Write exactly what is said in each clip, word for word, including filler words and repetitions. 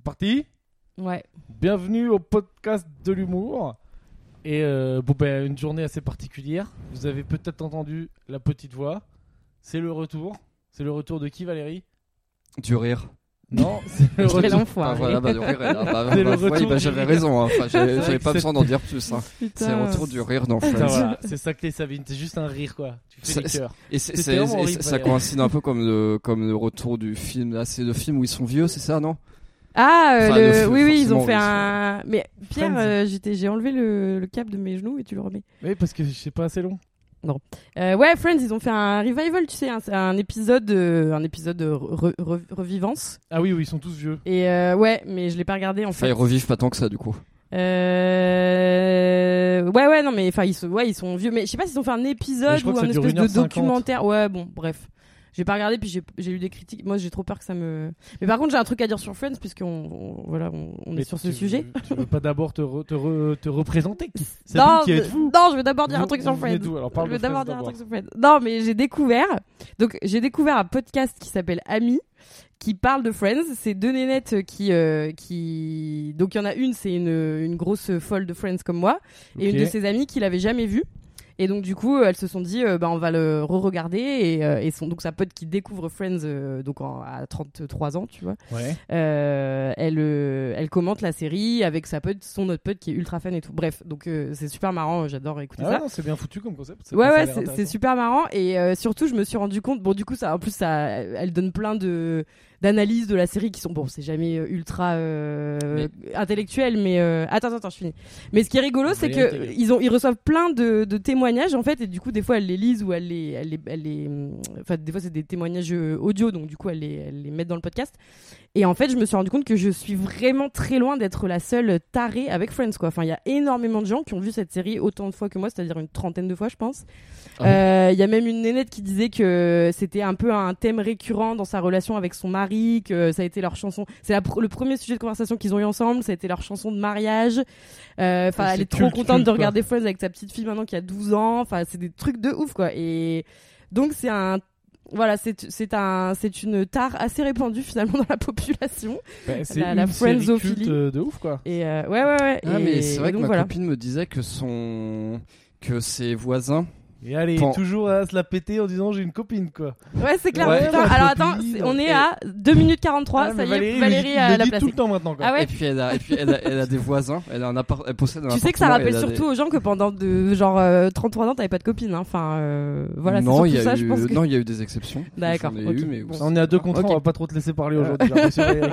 Parti ? Ouais. Bienvenue au podcast de l'humour. Et euh, bon, ben, une journée assez particulière. Vous avez peut-être entendu la petite voix. C'est le retour. C'est le retour de qui, Valérie ? Du rire. Non, c'est le Quel retour. enfoiré. Ah, voilà, bah, du rire. Là, bah, C'est bah, le ouais, retour bah, du j'avais rire. raison. Hein. Enfin, j'avais, j'avais pas C'est- besoin d'en dire plus. Hein. Putain. C'est le retour du rire dans Putain, Friends. voilà, c'est ça que t'es, Sabine. C'est juste un rire, quoi. Tu fais Ça- les cœurs. Et c'est, C'était c'est- vraiment et horrible, ça Valérie. coïncide un peu comme le, comme le retour du film. Là, c'est le film où ils sont vieux, c'est ça, non ? Ah, euh, Enfin, le... le f- oui, oui, ils ont forcément, fait oui, un. Mais Pierre, Friends. euh, j'étais... j'ai enlevé le... le cap de mes genoux et tu le remets. Oui, parce que c'est pas assez long. Euh, ouais, Friends, ils ont fait un revival, tu sais, un, un épisode, euh, un épisode de re- re- revivance. Ah oui, oui, ils sont tous vieux. Et euh, ouais, mais je l'ai pas regardé en Enfin, fait. ils revivent pas tant que ça, du coup. Euh... Ouais, ouais, non, mais enfin, ils sont, ouais, ils sont vieux. Mais je sais pas s'ils ont fait un Mais épisode je crois ou que ça un dure espèce une de heure cinquante. documentaire. Ouais, bon, bref. J'ai pas regardé, puis j'ai, j'ai lu des critiques. Moi, j'ai trop peur que ça me. Mais par contre, j'ai un truc à dire sur Friends, puisqu'on, on- voilà, on, on Mais est sur ce tu sujet. veux- Tu veux pas d'abord te, re- te, re- te représenter qui Non, Sabine, qui de- êtes-vous non, je veux d'abord dire un Vous- truc sur vous venez Friends. d'où Alors, parle Je veux de Friends d'abord dire un d'abord. truc sur Friends. Non, mais j'ai découvert. Donc, j'ai découvert un podcast qui s'appelle Ami, qui parle de Friends. C'est deux nénettes qui, euh, qui. Donc, il y en a une, c'est une, une grosse folle de Friends comme moi, et Ok. une de ses amies qui l'avait jamais vu. Et donc du coup, elles se sont dit, euh, bah on va le re-regarder et, euh, et son donc sa pote qui découvre Friends, euh, donc en- à trente-trois ans, tu vois. Ouais. Euh, elle, euh, elle commente la série avec sa pote, son autre pote qui est ultra fan et tout. Bref, donc euh, c'est super marrant, j'adore écouter Ah ça. ouais, non, c'est bien foutu comme concept. C'est Ouais, pas- ça a ouais, l'air c'est, c'est intéressant. super marrant. Et euh, surtout, je me suis rendu compte. Bon, du coup, ça, en plus, ça, elle donne plein de d'analyses de la série qui sont bon, c'est jamais euh, ultra euh, intellectuel, mais euh, attends, attends, je finis. Mais ce qui est rigolo, Vous c'est voyez, que intelligent. ils ont, ils reçoivent plein de, de témoignages en fait, et du coup, des fois, elles les lisent ou elles les, elles les, elles les, hum, enfin, des fois, c'est des témoignages euh, audio, donc du coup, elles les, elles les mettent dans le podcast. Et en fait, je me suis rendu compte que je suis vraiment très loin d'être la seule tarée avec Friends, quoi. Enfin, il y a énormément de gens qui ont vu cette série autant de fois que moi, c'est-à-dire une trentaine de fois, je pense. Il Ah euh, y a même une nénette qui disait que c'était un peu un thème récurrent dans sa relation avec son mari, que ça a été leur chanson. C'est la pr- le premier sujet de conversation qu'ils ont eu ensemble, ça a été leur chanson de mariage. Euh, Enfin, C'est elle est trop culte, contente culte, de quoi. regarder Friends avec sa petite fille maintenant qui a douze ans. Enfin, c'est des trucs de ouf, quoi. Et donc, c'est un. Voilà, c'est, c'est, un, c'est une tare assez répandue finalement dans la population. Bah, c'est la- une la série friendzophilie. culte, euh, de ouf, quoi. Et euh, ouais, ouais, ouais. Ah, et, mais c'est vrai et que donc, ma voilà. copine me disait que son, que ses voisins. Et allez, Pan- toujours à se la péter en disant j'ai une copine, quoi. Ouais, c'est clair. Ouais, Putain, ma alors copine. attends, c'est- on est Et- à deux minutes quarante-trois. Ah, ça mais y est, Valérie, Valérie il, a il la le dit place. tout le temps maintenant, quoi. Ah ouais. Et puis elle a, et puis elle a, elle a des voisins. Elle a un appart, elle possède un Tu sais que ça appartement, rappelle elle a des- surtout aux gens que pendant de, genre euh, trente-trois ans t'avais pas de copine. Hein. Enfin, euh, voilà, non, c'est il y surtout a ça, eu, je pense. Que... non, il y a eu des exceptions. D'accord, J'en ai ok. eu, mais Bon. On est à deux contre un, Ok. on va pas trop te laisser parler aujourd'hui. j'ai l'impression, Valérie.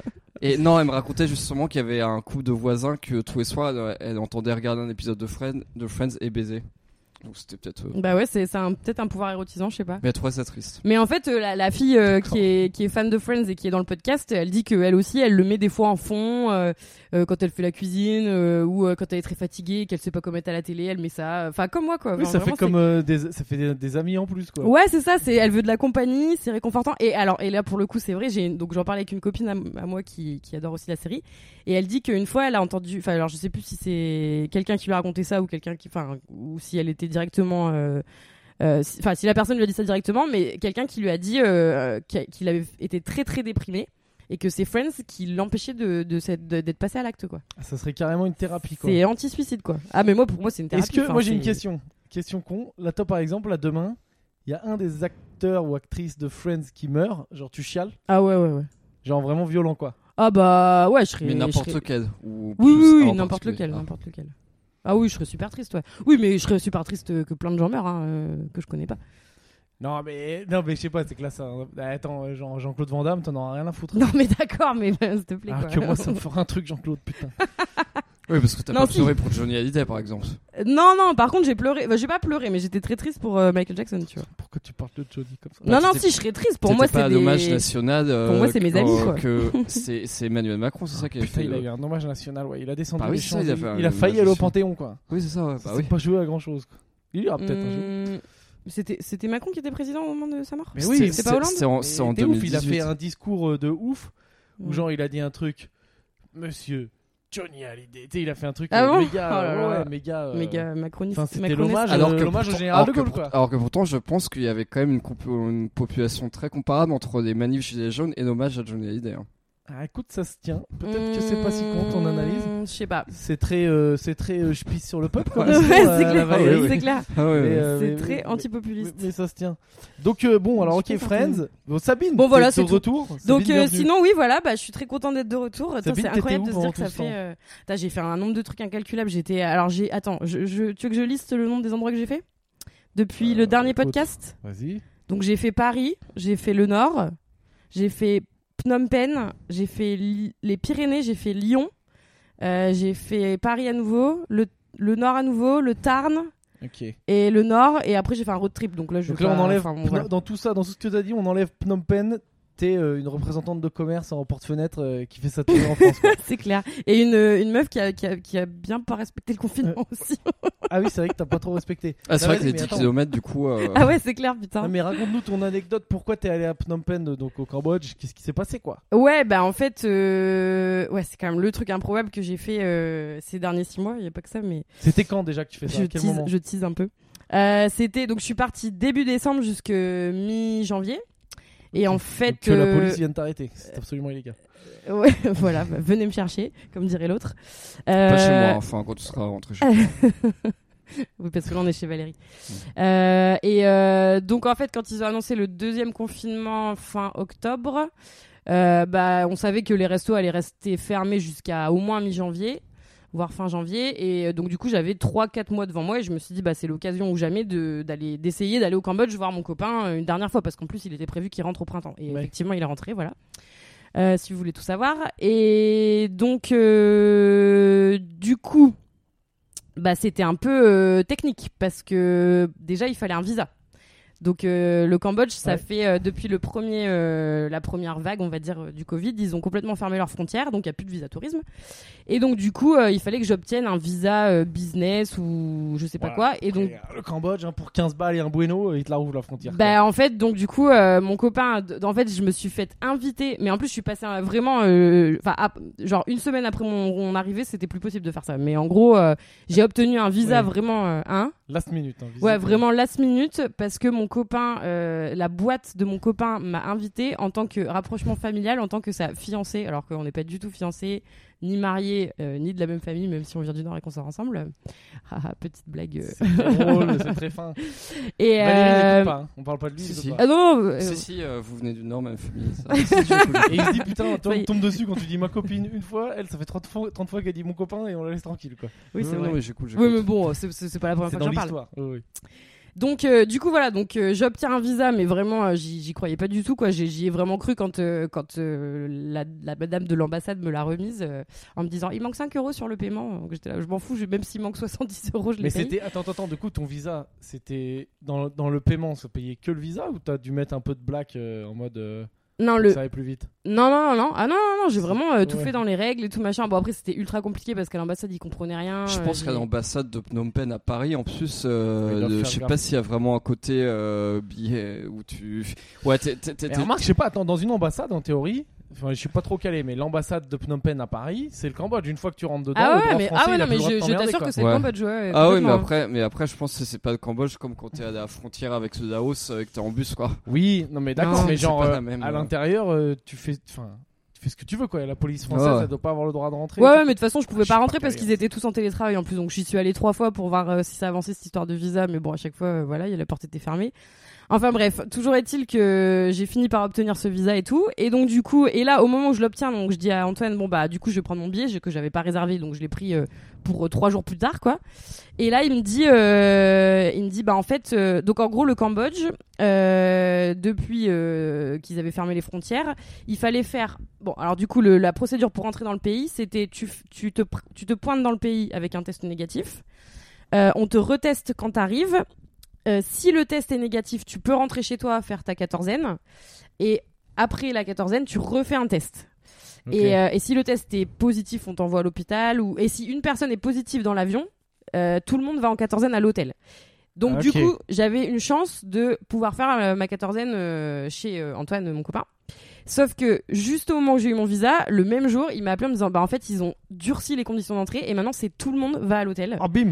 Et non, elle me racontait justement qu'il y avait un couple de voisins que tous les soirs, elle, elle entendait regarder un épisode de Friends, de Friends et baiser. Donc c'était peut-être. euh, Bah ouais, c'est, c'est un, peut-être un pouvoir érotisant, je sais pas. Mais elle trouvait ça triste. Mais en fait, euh, la, la fille euh, D'accord. qui est qui est fan de Friends et qui est dans le podcast, elle dit que elle aussi, elle le met des fois en fond euh, euh, quand elle fait la cuisine euh, ou euh, quand elle est très fatiguée, qu'elle sait pas quoi mettre à la télé, elle met ça. Enfin, comme moi, quoi. Oui, Enfin, ça fait vraiment, comme euh, des, ça fait des, des amis en plus, quoi. Ouais, c'est ça, c'est elle veut de la compagnie, c'est réconfortant. Et alors et là pour le coup, c'est vrai, j'ai donc j'en parlais avec une copine à, à moi qui qui adore aussi la série et elle dit qu'une fois elle a entendu enfin alors je sais plus si c'est quelqu'un qui lui a raconté ça ou quelqu'un qui enfin ou si elle était directement euh, euh, si- enfin si la personne lui a dit ça directement mais quelqu'un qui lui a dit euh, qu'il qu'il avait été très très déprimé et que c'est Friends qui l'empêchait de, de, cette- de- d'être passé à l'acte quoi. Ah, ça serait carrément une thérapie, quoi. C'est anti-suicide quoi. Ah mais moi pour moi c'est une thérapie. Est-ce que, enfin, moi j'ai une c'est- question, question con. Là, toi par exemple, là demain, il y a un des acteurs ou actrices de Friends qui meurt, genre tu chiales, Ah ouais ouais ouais. genre vraiment violent, quoi. Ah bah ouais, je serais Mais je n'importe serais- lequel. Ou Oui, plus oui, un oui, en n'importe particulier. lequel, Ah. n'importe lequel. Ah oui, je serais super triste, ouais. Oui, mais je serais super triste que plein de gens meurent, hein, euh, que je connais pas. Non mais, non mais je sais pas, c'est que là ça. Attends, euh, Jean- Jean-Claude Van Damme, t'en as rien à foutre. Non, mais d'accord, mais euh, s'il te plaît, Ah, quoi. que moi ça me fera un truc, Jean-Claude, putain. Oui, parce que t'as Non, pas si. pleuré pour Johnny Hallyday, par exemple. Euh, Non, non, par contre, j'ai pleuré. Enfin, j'ai pas pleuré, mais j'étais très triste pour euh, Michael Jackson, tu vois. Pourquoi tu parles de Johnny comme ça? non, non, c'était- si, je serais triste. Pour C'était moi, pas c'est un des... hommage national. euh, Pour moi, c'est mes que- amis, quoi. Que c'est, c'est Emmanuel Macron, c'est ça qui avait Putain, fait. il a le- eu un hommage national, ouais. Il a descendu Bah oui, les c'est ça, il a fait un Champs-Élysées. Il a failli hommage aller au national. Panthéon, quoi. Oui, c'est ça, ouais, Ça bah s'est oui. pas joué à grand chose. Il ira peut-être un jour. Hum, C'était, c'était Macron qui était président au moment de sa mort. Mais oui, c'est, c'est- pas Hollande. C'est en, Mais c'est en t'es ouf, il a deux mille dix-huit. fait un discours euh, de ouf où Ouais. genre il a dit un truc, Monsieur Johnny Hallyday. Tu sais, il a fait un truc Ah euh, bon méga, Oh là là. ouais, ouais, méga. euh, Méga macroniste. Enfin, c'était macroniste. l'hommage, Alors euh, que l'hommage au pourtant- général alors de que Gaulle, pour- quoi. Alors que pourtant, je pense qu'il y avait quand même une, compo- une population très comparable entre les manifs Gilets jaunes et l'hommage à Johnny Hallyday. hein. Ah, écoute, ça se tient. Peut-être que c'est pas si con ton analyse. Je sais pas. C'est très, euh, c'est très, euh, je pisse sur le peuple. Quoi, Ouais, sinon, c'est euh, clair. la Valérie. Ah, oui, C'est clair. Ah ouais, Mais, ouais. euh, C'est mais- très mais- antipopuliste. Mais, mais ça se tient. Donc euh, bon, alors Je ok, suis très Friends. Bon, Sabine. Bon, voilà, t'es c'est de tout. retour. Donc Sabine, euh, bienvenue. sinon oui voilà bah je suis très contente d'être de retour. Attends, Sabine, c'est t'étais incroyable où de se pendant dire que tout ça ce temps fait euh... Attends, j'ai fait un nombre de trucs incalculables. J'étais alors j'ai attends je, je... tu veux que je liste le nombre des endroits que j'ai fait depuis Euh, le dernier écoute. podcast. Vas-y. Donc j'ai fait Paris, j'ai fait le Nord, j'ai fait Phnom Penh, j'ai fait Li- les Pyrénées, j'ai fait Lyon, euh, j'ai fait Paris à nouveau, le le Nord à nouveau, le Tarn Ok. et le Nord, et après j'ai fait un road trip. Donc là je Donc vais là, on pas- enlève enfin, bon, Phnom- voilà. dans tout ça, dans tout ce que tu as dit, on enlève Phnom Penh. T'es euh, une représentante de commerce en porte-fenêtre euh, qui fait sa tournée en France. Quoi. C'est clair. Et une, une meuf qui a, qui, a, qui a bien pas respecté le confinement aussi. Ah oui, c'est vrai que t'as pas trop respecté. Ah, c'est Non, vrai que vas-y, les mais dix attends. kilomètres, du coup. euh, Ah ouais, c'est clair, putain. Non, mais raconte-nous ton anecdote. Pourquoi t'es allé à Phnom Penh, euh, donc au Cambodge? Qu'est-ce qui s'est passé, quoi? Ouais, bah en fait, euh... ouais, c'est quand même le truc improbable que j'ai fait euh, ces derniers six mois. Il y a pas que ça, mais C'était quand déjà que tu fais ça? je À quel tease, moment? je tease un peu. Euh, c'était donc je suis partie début décembre jusque mi-janvier. Et en fait, Que la euh, police vienne t'arrêter. C'est absolument illégal. ouais, voilà, bah, venez me chercher, comme dirait l'autre. Pas chez Euh, moi, enfin, quand tu seras rentré chez toi. Oui, parce que là on est chez Valérie. Euh, et euh, donc en fait, quand ils ont annoncé le deuxième confinement fin octobre, euh, bah on savait que les restos allaient rester fermés jusqu'à au moins mi-janvier, voire fin janvier. Et donc du coup, j'avais trois quatre mois devant moi et je me suis dit bah c'est l'occasion ou jamais de d'aller d'essayer d'aller au Cambodge voir mon copain une dernière fois parce qu'en plus il était prévu qu'il rentre au printemps. Et Ouais. effectivement, il est rentré, voilà. Euh, si vous voulez tout savoir. Et donc euh, du coup. Bah, c'était un peu euh, technique parce que déjà il fallait un visa. Donc euh, le Cambodge, ça Ouais. fait euh, depuis le premier, euh, la première vague, on va dire, euh, du Covid, ils ont complètement fermé leurs frontières, donc il n'y a plus de visa tourisme. Et donc du coup, euh, il fallait que j'obtienne un visa euh, business ou je sais pas Voilà. quoi. Et donc Et, euh, le Cambodge, hein, pour quinze balles et un bueno, euh, il te la rouvre la frontière. bah en fait donc du coup euh, mon copain d- en fait je me suis fait inviter mais en plus je suis passée euh, vraiment euh, enfin ap- genre une semaine après mon, mon arrivée c'était plus possible de faire ça mais en gros euh, j'ai obtenu un visa Ouais. vraiment euh, hein Last minute. Hein, visite. ouais vraiment last minute parce que mon copain euh, la boîte de mon copain m'a invité en tant que rapprochement familial en tant que sa fiancée alors qu'on n'est pas du tout fiancés ni mariés euh, ni de la même famille même si on vient du Nord et qu'on sort ensemble. Haha, petite blague euh. C'est très drôle, c'est très fin. et Valérie euh, n'écoute pas, hein. On parle pas de lui. Si, il écoute si. pas. ah non, non, euh, Si, si, euh, vous venez du Nord, même famille. Ça. Et il se dit putain, toi, Ça y on est. tombe dessus quand tu dis ma copine une fois, elle ça fait trente fois, trente fois qu'elle dit mon copain et on la laisse tranquille quoi. oui c'est Non, vrai. non, mais j'écoute, j'écoute. Oui, mais bon, c'est, c'est, c'est pas la première C'est fois que dans j'en parle. l'histoire. Oui, oui. Donc, euh, du coup, voilà, donc euh, j'obtiens un visa, mais vraiment, euh, j'y, j'y croyais pas du tout, quoi. J'y, j'y ai vraiment cru quand, euh, quand euh, la, la madame de l'ambassade me l'a remise euh, en me disant il manque cinq euros sur le paiement. Donc, j'étais là, je m'en fous, je- même s'il manque soixante-dix euros, je les Mais paye. c'était attends attends attends, du coup ton visa c'était dans, dans le paiement, ça payait que le visa ou t'as dû mettre un peu de black euh, en mode euh, Non, que le... ça allait plus vite. non, non, non, non, ah non, non, non, j'ai vraiment euh, tout Ouais. fait dans les règles et tout machin. Bon, après, c'était ultra compliqué parce qu'à l'ambassade, ils comprenaient rien. Je euh, pense j'ai- qu'à l'ambassade de Phnom Penh à Paris, en plus, euh, Ils doivent de- faire je sais gaffe. pas s'il y a vraiment un côté euh, billet où tu. Ouais, t'es. t'es- t'es- Mais t'es- remarque, je sais pas, attends, dans une ambassade en théorie, enfin je suis pas trop calé, mais l'ambassade de Phnom Penh à Paris, c'est le Cambodge. Une fois que tu rentres dedans, Ah le ouais, droit mais, français, ah ouais, il a non, plus mais le droit de je, je t'emmerder, t'assure quoi. que c'est Ouais. le Cambodge, ouais. Ah oui, mais complètement. après, mais après, je pense que c'est pas le Cambodge comme quand t'es à la frontière avec le Laos euh, et que t'es en bus, quoi. Oui, non mais d'accord, Non, mais c'est genre pas la euh, même, à euh. l'intérieur, euh, tu fais, enfin, tu fais ce que tu veux quoi. La police française, Ouais, ouais. elle doit pas avoir le droit de rentrer. Ouais, et ouais, tout. mais de toute façon, je pouvais Je pas suis rentrer pas parce calé, qu'ils étaient tous en télétravail en plus. Donc, j'y suis allée trois fois pour voir euh, si ça avançait cette histoire de visa. Mais bon, à chaque fois, euh, voilà, y a- la porte était fermée. Enfin bref, toujours est-il que j'ai fini par obtenir ce visa et tout. Et donc, du coup, et là, au moment où je l'obtiens, donc je dis à Antoine, bon, bah, du coup, je vais prendre mon billet je- que j'avais pas réservé. Donc, je l'ai pris euh, pour euh, trois jours plus tard, quoi. Et là, il me dit, euh, il me dit, bah, en fait, euh, donc en gros, le Cambodge, euh, depuis euh, qu'ils avaient fermé les frontières, il fallait faire. Bon, alors du coup, le, la procédure pour rentrer dans le pays, c'était tu, f- tu, te, pr- tu te pointes dans le pays avec un test négatif. Euh, on te reteste quand t'arrives. Euh, si le test est négatif, tu peux rentrer chez toi faire ta quatorzaine. Et après la quatorzaine, tu refais un test. Ok. Et, euh, et si le test est positif, on t'envoie à l'hôpital. Ou... Et si une personne est positive dans l'avion, euh, tout le monde va en quatorzaine à l'hôtel. Donc Ah, du ok. coup, j'avais une chance de pouvoir faire euh, ma quatorzaine euh, chez euh, Antoine, mon copain. Sauf que juste au moment où j'ai eu mon visa, le même jour, il m'a appelé en me disant bah en fait ils ont durci les conditions d'entrée et maintenant c'est tout le monde va à l'hôtel. Ah bim.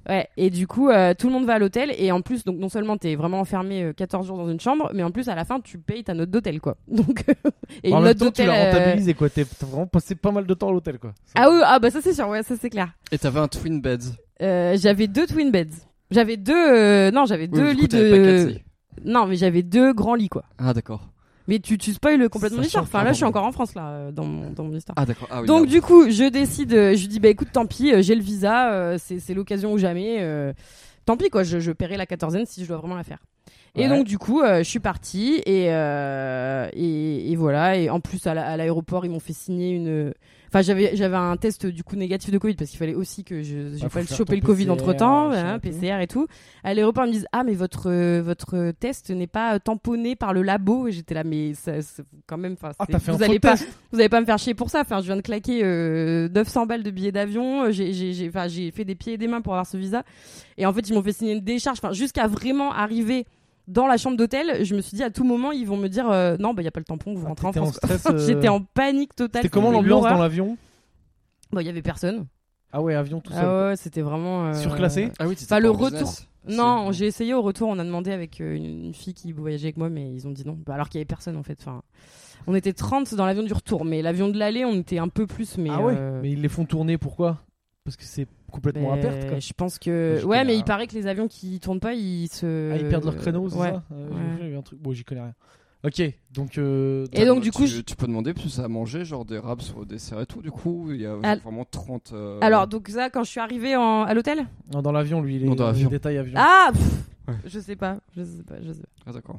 Ouais, et du coup, euh, tout le monde va à l'hôtel, et en plus, donc non seulement t'es vraiment enfermé euh, quatorze jours dans une chambre, mais en plus, à la fin, tu payes ta note d'hôtel, quoi. Donc, et en une même note temps, tu d'hôtel. l'as euh, rentabilisé, quoi. T'es- T'as vraiment passé pas mal de temps à l'hôtel, quoi. Ça- Ah oui, ah bah ça c'est sûr, ouais, ça c'est clair. Et t'avais un twin bed. Euh, j'avais deux twin beds. J'avais deux, euh, non, j'avais deux Oui, du coup, lits t'avais pas de. quatre lits. Non, mais j'avais deux grands lits, quoi. Ah, d'accord. Mais tu, tu spoil complètement Ça l'histoire. change Enfin, là, je suis vraiment. encore en France, là, euh, dans mon, dans mon histoire. Ah, d'accord. Ah, oui, Donc merde. du coup, je décide, euh, je lui dis bah écoute, tant pis, euh, j'ai le visa, euh, c'est c'est l'occasion ou jamais. euh, tant pis quoi, je, je paierai la quatorzaine si je dois vraiment la faire. Et Ouais. donc du coup, euh, je suis partie et, euh, et et voilà. Et en plus à la- à l'aéroport, ils m'ont fait signer une. Enfin, j'avais j'avais un test du coup négatif de Covid parce qu'il fallait aussi que je j'ai Ouais, pas faut faire chopé ton le Covid P C R, entre temps, machin et P tout. C R et tout. À l'aéroport, ils me disent ah mais votre euh, votre test n'est pas tamponné par le labo. Et j'étais là mais ça, c'est quand même. Enfin, Ah, c'est- t'as fait un vous faux allez pas test. vous allez pas me faire chier pour ça. Enfin, je viens de claquer euh, neuf cents balles de billets d'avion. J'ai, j'ai, j'ai, enfin, j'ai fait des pieds et des mains pour avoir ce visa. Et en fait, ils m'ont fait signer une décharge. Enfin, jusqu'à vraiment arriver dans la chambre d'hôtel, je me suis dit à tout moment, ils vont me dire euh, non, bah y a pas le tampon, vous Ah, rentrez en t'étais en France. stress, euh, J'étais en panique totale. C'était comment C'était l'ambiance l'horreur. dans l'avion? Bon, il y avait personne. Ah ouais, avion tout seul. Ah ouais, ouais, c'était vraiment. euh, Surclassé? Ah oui, t'étais Enfin, pas le en retour. business. Non, Si. j'ai essayé au retour. On a demandé avec euh, une, une fille qui voyageait avec moi, mais ils ont dit non. Bah, alors qu'il y avait personne en fait. Enfin, on était trente dans l'avion du retour, mais l'avion de l'aller, on était un peu plus. Mais Ah ouais, euh, mais ils les font tourner, pourquoi? Parce que c'est complètement à ben, perte, quoi. Je pense que. Je Ouais, connais mais rien. il paraît que les avions qui tournent pas, ils se. Ah, ils perdent leur créneau, c'est ouais. ça? Euh, j'ai ouais. vu, il y avait un truc. Bon, j'y connais rien. Ok, donc. euh, Et donc, du coup, tu, je- tu peux demander plus à manger, genre des wraps au dessert et tout. Du coup, il y a Al- vraiment trente. euh, Alors, donc ça, quand je suis arrivée en... à l'hôtel. Non, dans l'avion, lui, il est Non, dans l'avion. détail avion. Ah pff, Ouais. Je sais pas, je sais pas, je sais pas. Ah, d'accord.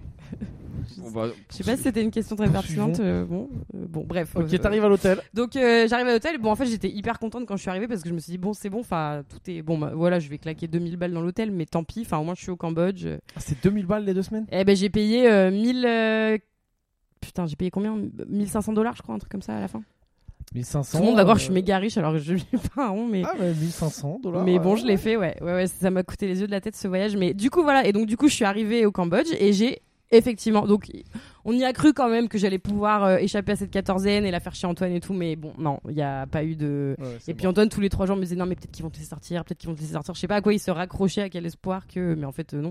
Je Bon, sais- bah, Je sais pas si c'était une question très Poursuivons. pertinente. euh, bon, euh, bon, bref. Ok, euh, t'arrives à l'hôtel. Donc euh, j'arrive à l'hôtel. Bon, en fait, j'étais hyper contente quand je suis arrivée parce que je me suis dit bon, c'est bon. Enfin, tout est bon. Bah, voilà, je vais claquer deux mille balles dans l'hôtel, mais tant pis. Enfin, au moins, je suis au Cambodge. Ah, c'est deux mille balles les deux semaines? Eh ben, j'ai payé euh, mille. euh, Putain, j'ai payé combien mille cinq cents dollars, je crois, un truc comme ça à la fin. mille cinq cents. Tout le monde va croire que euh, je suis méga riche alors que je suis pas un rond, mais. Ah, ouais, mille cinq cents dollars. Mais bon, je l'ai fait, ouais. ouais, ouais, ça m'a coûté les yeux de la tête ce voyage. Mais du coup, voilà. Et donc, du coup, je suis arrivée au Cambodge et j'ai effectivement. Donc, on y a cru quand même que j'allais pouvoir euh, échapper à cette quatorzaine et la faire chez Antoine et tout. Mais bon, non, il n'y a pas eu de. Et puis Antoine, tous les trois jours, me disait non, mais peut-être qu'ils vont te laisser sortir, peut-être qu'ils vont te laisser sortir. Je sais pas à quoi il se raccrochait, à quel espoir que. Mais en fait, euh, non.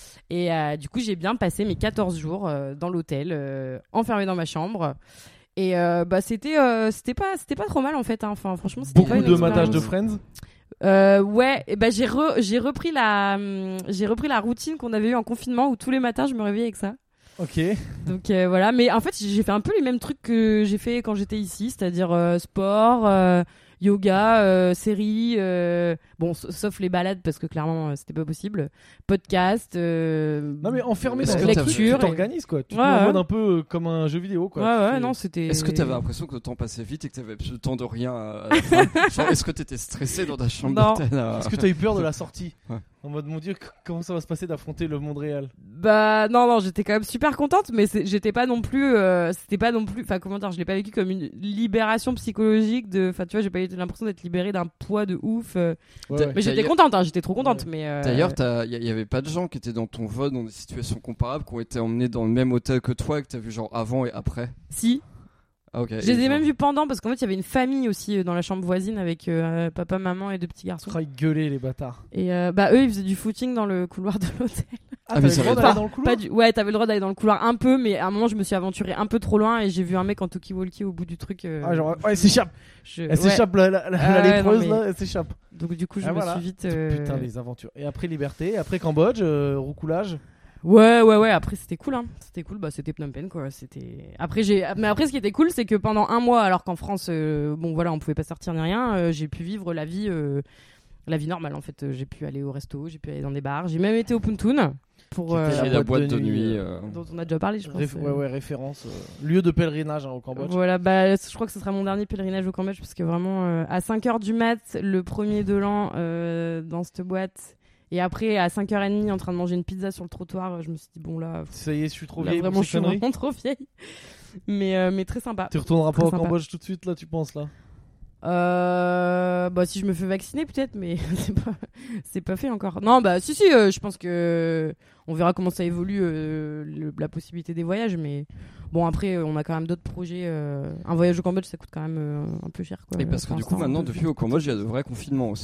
Et euh, du coup, j'ai bien passé mes quatorze jours euh, dans l'hôtel, euh, enfermée dans ma chambre. Et euh, bah c'était euh, c'était pas c'était pas trop mal en fait hein. Enfin franchement c'était pas Beaucoup une de expérience. matage de Friends. Euh, ouais, et ben j'ai re- j'ai repris la hum, j'ai repris la routine qu'on avait eu en confinement où tous les matins je me réveillais avec ça. Ok. Donc euh, voilà, mais en fait j'ai fait un peu les mêmes trucs que j'ai fait quand j'étais ici, c'est-à-dire euh, sport, euh, yoga, euh, séries, euh, bon s- sauf les balades parce que clairement euh, c'était pas possible, podcast. Euh, Non, mais enfermé Est-ce dans que un t'as- truc, lecture. tu t'organises, quoi. Tu te Ouais, mets en ouais. mode un peu euh, comme un jeu vidéo, quoi. Ouais Tu ouais fais- non c'était. Est-ce que t'avais l'impression que le temps passait vite et que t'avais plus le temps de rien à... à la fin Genre, est-ce que t'étais stressé dans ta chambre Non. d'hôtel à- Est-ce que t'as eu peur de la sortie? Ouais. En mode, mon dieu, c- comment ça va se passer d'affronter le monde réel? Bah non non j'étais quand même super contente mais c'est- j'étais pas non plus euh, c'était pas non plus enfin comment dire je l'ai pas vécu comme une libération psychologique de enfin tu vois j'ai pas eu l'impression d'être libérée d'un poids de ouf euh. Ouais, T'as- ouais. mais j'étais D'ailleurs- contente hein, j'étais trop contente mais euh, D'ailleurs, il y, y avait pas de gens qui étaient dans ton vol dans des situations comparables, qui ont été emmenés dans le même hôtel que toi et que t'as vu genre avant et après. si Ah, ok. je Et les ai genre- même vus pendant parce qu'en fait il y avait une famille aussi euh, dans la chambre voisine avec euh, papa maman et deux petits garçons Ah, ils gueulaient, les bâtards. et euh, bah eux ils faisaient du footing dans le couloir de l'hôtel. Ah, mais t'avais ça le droit va d'aller être- dans le couloir? Pas du... Ouais, t'avais le droit d'aller dans le couloir un peu, mais à un moment, je me suis aventurée un peu trop loin et j'ai vu un mec en talkie-walkie au bout du truc. euh, Ah, genre, ouais, elle s'échappe. je- Elle ouais. s'échappe, la, la, la- Ah la ouais, lépreuse, non, mais- là, elle s'échappe. Donc, du coup, je Ah, me voilà. suis vite. euh, Putain, les aventures. Et après, liberté. Après, Cambodge, euh, roucoulage. Ouais, ouais, ouais. Après, c'était cool, hein. C'était cool. Bah, c'était Phnom Penh, quoi. C'était. Après, j'ai. Mais après, ce qui était cool, c'est que pendant un mois, alors qu'en France, euh, bon, voilà, on pouvait pas sortir ni rien, euh, j'ai pu vivre la vie, euh, la vie normale, en fait. Euh, J'ai pu aller au resto, j'ai pu aller dans des bars, j'ai même été au Puntoon pour. Qui était euh, Et la boîte de nuit. euh, dont on a déjà parlé, je pense. Réf- euh. Ouais, ouais, référence. euh, lieu de pèlerinage hein, au Cambodge. Voilà, bah, je crois que ce sera mon dernier pèlerinage au Cambodge parce que vraiment, euh, à cinq heures du mat, le premier de l'an, euh, dans cette boîte, et après, à cinq heures trente, en train de manger une pizza sur le trottoir, je me suis dit, bon, là, pff, Ça y est, je suis trop là vieille vraiment, pour je ces suis conneries. vraiment trop vieille. Mais, euh, mais très sympa. Tu retourneras pas Très au sympa. Cambodge tout de suite, là, tu penses, là? Euh, bah, si je me fais vacciner, peut-être, mais c'est pas, c'est pas fait encore. Non, bah, si, si, euh, je pense que on verra comment ça évolue, euh, le- la possibilité des voyages, mais bon, après, euh, on a quand même d'autres projets. euh, Un voyage au Cambodge, ça coûte quand même euh, un peu cher, quoi. Et parce que pour du coup, l'instant. maintenant, depuis au Cambodge, il y a de vrais confinements aussi.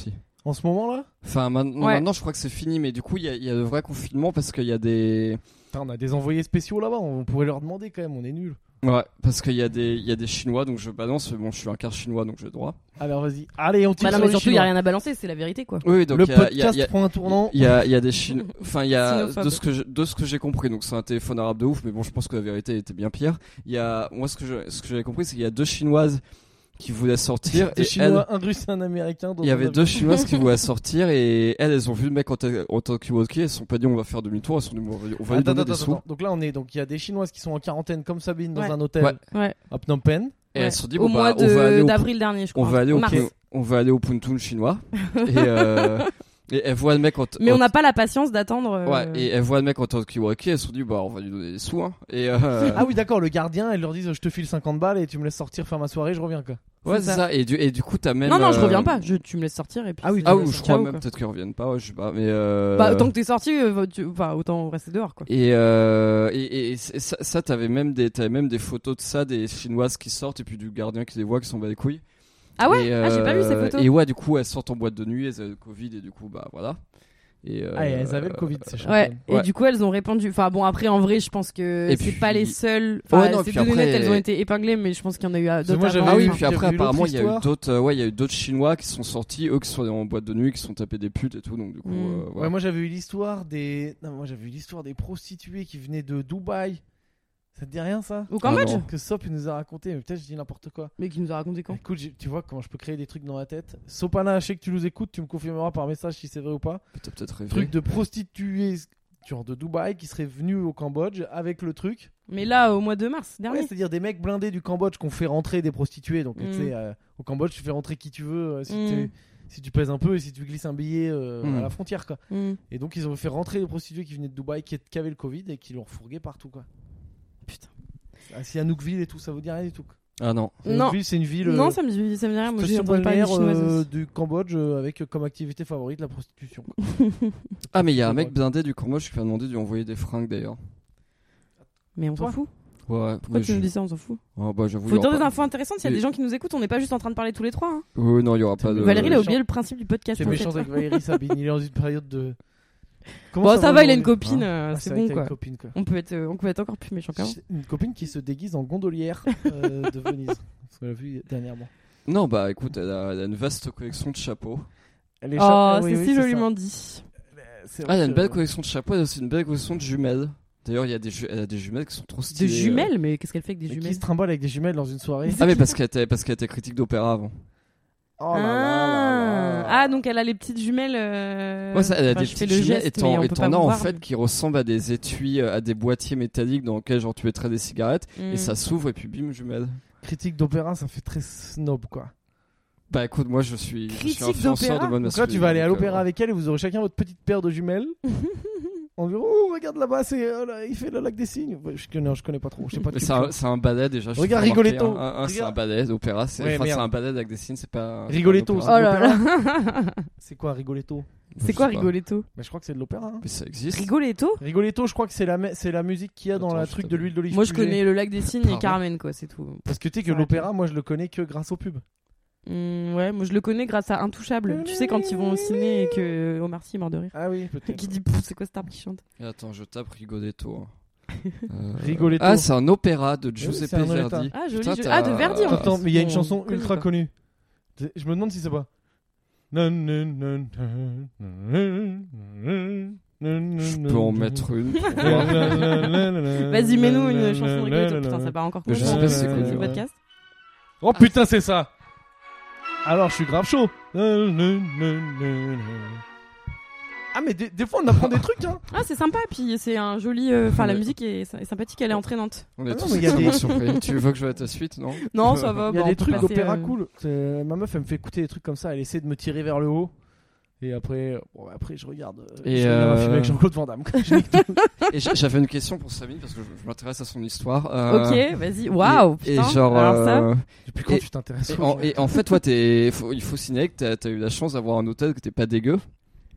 en ce moment-là. Enfin, maintenant, Ouais. maintenant, je crois que c'est fini, mais du coup, il y a, il y a le vrai confinement parce qu'il y a des. Putain, on a des envoyés spéciaux là-bas, on pourrait leur demander quand même, on est nuls. Ouais, parce qu'il y a des, il y a des Chinois, donc je balance. Bon, je suis un quart chinois, donc j'ai le droit. Alors vas-y, allez, on tire Bah non, sur mais les surtout, il y a Chinois. rien à balancer, c'est la vérité, quoi. Oui, donc Le il y a, il y a- podcast il y a- prend un tournant. Il y a, il y a des Chinois. Enfin, il y a Sinophobe. de ce que je- de ce que j'ai compris. Donc c'est un téléphone arabe de ouf, mais bon, je pense que la vérité était bien pire. Il y a, moi, ce que je, ce que j'avais compris, c'est qu'il y a deux Chinoises qui voulaient sortir Des et Chinois, un Russe et un Américain. dont Il y on avait a- deux Chinoises qui voulaient sortir et elles, elles ont vu le mec en ta- en talkie-walkie, elles se sont pas dit on va faire demi-tour, elles se sont dit on va, on va lui Attends, donner attends, des sous. attends. Donc là, on est, donc il y a des Chinoises qui sont en quarantaine comme Sabine dans Ouais. un hôtel Ouais. Ouais. à Phnom Penh. Et Ouais. elles se sont dit Au bon mois bah on va aller de- au, d'avril dernier, je on crois. va aller au, Mars. Pun- on va aller au Puntoon chinois et, euh, et elles voient le mec en t- Mais en on n'a pas la patience d'attendre. euh, Ouais, et elles voient le mec en talkie-walkie, elles se sont dit bah on va lui donner des sous hein. Et euh, Ah oui, d'accord, le gardien, elles leur disent je te file cinquante balles et tu me laisses sortir faire ma soirée, je reviens quoi. ouais, c'est c'est ça. ça. Et du et du coup t'as même Non, non, je euh, reviens pas. Je, tu me laisses sortir et puis. Ah oui, c'est- Ah tu oui, me je laisses- crois ciao, même quoi. peut-être qu'ils reviennent pas, ouais, je sais pas, mais euh... Bah, tant que t'es sorti, euh, tu- enfin, autant rester dehors, quoi. Et, euh, et, et, et ça, ça t'avais même des, t'avais même des photos de ça, des chinoises qui sortent et puis du gardien qui les voit, qui s'en bat les couilles. Ah ouais Et, Ah, j'ai pas vu ces euh, photos. Et ouais, du coup, elles sortent en boîte de nuit, elles avaient le Covid et du coup, bah voilà. Et euh, Ah, et elles avaient le Covid, c'est chaud. Ouais, et Ouais. du coup elles ont répandu. Enfin bon, après en vrai, je pense que Et c'est puis- pas les seules. Enfin, Ouais, non, ces puis deux après- lunettes, elles ont été épinglées, mais je pense qu'il y en a eu euh, Parce que d'autres. moi, j'avais avant. Ah oui, vu- puis j'avais après, vu l'autre apparemment, il y a eu histoire. d'autres, euh, ouais, il y a eu d'autres Chinois qui sont sortis, eux qui sont allés en boîte de nuit, qui sont tapés des putes et tout, donc du coup, Mm. euh, Ouais, voilà. moi j'avais eu l'histoire des. Non, moi j'avais eu l'histoire des prostituées qui venaient de Dubaï. Ça te dit rien ça Au Cambodge non. Que Sop il nous a raconté, mais peut-être je dis n'importe quoi. Mais qui nous a raconté quand Écoute, j'ai- tu vois comment je peux créer des trucs dans la tête. Sopana, je sais que tu nous écoutes, tu me confirmeras par message si c'est vrai ou pas. T'as peut-être rêvé. Truc de prostituées genre de Dubaï qui seraient venus au Cambodge avec le truc. Mais là, au mois de mars dernier. Ouais, c'est-à-dire des mecs blindés du Cambodge qu'on fait rentrer des prostituées. Donc, Mm. tu sais, euh, au Cambodge, tu fais rentrer qui tu veux euh, si, Mm. tu, si tu pèses un peu et si tu glisses un billet euh, Mm. à la frontière, quoi. Hmm. Et donc, ils ont fait rentrer des prostituées qui venaient de Dubaï, qui, qui avaient le Covid et qui l'ont refourgué partout, quoi. Putain. Assis à Nookville et tout, ça vous dit rien du tout. quoi. Ah non. Non. Nookville, c'est une ville. Non, euh, ça me dit, ça me dit rien. Moi, j'ai station entendu parler des balnéaire chinoises euh, aussi. du Cambodge euh, avec euh, comme activité favorite la prostitution. quoi. Ah, mais il y a un C'est mec vrai. blindé du Cambodge qui m'a demandé de lui envoyer des fringues d'ailleurs. Mais on s'en Toi fout. Ouais, Pourquoi mais tu nous je- dis ça On s'en fout. Ah, bah, j'avoue, il Faut y aura dire des pas- infos intéressantes. S'il y a Et- des gens qui nous écoutent, on n'est pas juste en train de parler tous les trois. Hein. Oui, non, il y aura pas de. Valérie, il a méchant. oublié le principe du podcast. C'est en méchant fait. avec Valérie Sabine, il est dans une période de. Bon, ça va, il a une aujourd'hui copine, Hein euh, Ah, c'est vrai bon que t'as quoi. Une copine, quoi. On peut être, euh, on peut être encore plus méchant qu'avant. Une copine qui se déguise en gondolière euh, de Venise. On l'a vu dernièrement. Non, bah écoute, elle a, elle a une vaste collection de chapeaux. Elle est Oh, cha- oui, c'est oui, si ça. joliment dit. C'est Ah, il y a vrai une que- belle collection de chapeaux, elle a aussi une belle collection de jumelles. D'ailleurs, il y a des, ju- elle a des jumelles qui sont trop De stylées. jumelles, mais qu'est-ce qu'elle fait avec des Mais jumelles qui se trimballe avec des jumelles dans une soirée Ah, mais parce qu'elle était, parce qu'elle était critique d'opéra avant. Oh là là là là. Ah, ah, donc elle a les petites jumelles. euh, Ouais, ça, elle a enfin, des je fais petites le jumelles geste, et mais t'en on et peut t'en pas as vous en voir, fait mais- qui ressemblent à des étuis, euh, à des boîtiers métalliques dans lesquels genre tu mettrais des cigarettes Hmm. et ça s'ouvre et puis bim, jumelles. Critique d'opéra, ça fait très snob quoi. Bah écoute, moi je suis, je suis Critique influenceur d'opéra de bonne Donc là, tu vas aller à masculinité, l'opéra donc, avec elle et vous aurez chacun votre petite paire de jumelles. On dit oh regarde là-bas, c'est oh là, il fait le lac des cygnes. Ouais, je connais, je connais pas trop, je sais pas. euh, de mais quel c'est un, film. c'est un ballet déjà. je Regarde te fais remarquer, Rigoletto. hein. Un, un, c'est Regarde. un ballet d'opéra, c'est Ouais, enfin, c'est merde. un ballet avec des signes, c'est pas. Rigoletto, c'est pas Oh un opéra. là là. C'est quoi Rigoletto C'est Je quoi sais pas. Rigoletto Mais je crois que c'est de l'opéra. Hein. Mais ça existe. Rigoletto Rigoletto, je crois que c'est la, me- c'est la musique qu'il y a dans Attends, la je truc te- de l'huile d'olive. Moi, je fumée. connais le lac des cygnes et Pardon. Carmen, quoi, c'est tout. Parce que tu sais que Ça l'opéra, moi je le connais que grâce aux pubs. Hmm, ouais, moi je le connais grâce à Intouchable. Tu sais, quand ils vont au ciné et que Omar Sy est mort de rire. Ah oui, peut-être. Qui dit, Pouf, c'est quoi cette arme qui chante Et attends, je tape Rigoletto. hein. Euh, Rigoletto. Ah, c'est un opéra de oui, Giuseppe c'est un opéra. Verdi. Ah, joli. Putain, joli. t'as- Ah, de Verdi en Attends, plus. mais il y a une Bon, chanson connu, ultra quoi. connue. Je me demande si c'est pas. Je Je peux en mettre une. Vas-y, mets-nous une chanson de Rigoletto. Putain, ça part encore Mais je trop sais loin, pas si c'est ce- connu, ce ouais. podcast. Oh putain, c'est ça. Alors, je suis grave chaud. Ah, mais des, des fois, on apprend des trucs, hein. Ah, c'est sympa. Puis c'est un joli. euh, Enfin, la musique est, est sympathique. Elle est entraînante. On est Ah non, tous mais il y a extrêmement des- surpris. Tu veux que je vais à ta suite, non Non, ça va. Il y a bah, des on peut trucs passer, d'opéra euh, cool. C'est- Ma meuf, elle me fait écouter des trucs comme ça. Elle essaie de me tirer vers le haut. Et après, bon, après je regarde. euh, Et je regarde un euh, film avec Jean-Claude Van Damme. quoi. Je nique tout. Et j'a- j'avais une question pour Sabine parce que je, je m'intéresse à son histoire. Euh, Ok, vas-y. Waouh. Et, et putain. genre. Alors ça. euh, Depuis quand Et- tu t'intéresses et, aux en, gens et en fait, toi, t'es, faut- il faut signaler que t'as as eu la chance d'avoir un hôtel que t'es pas dégueu.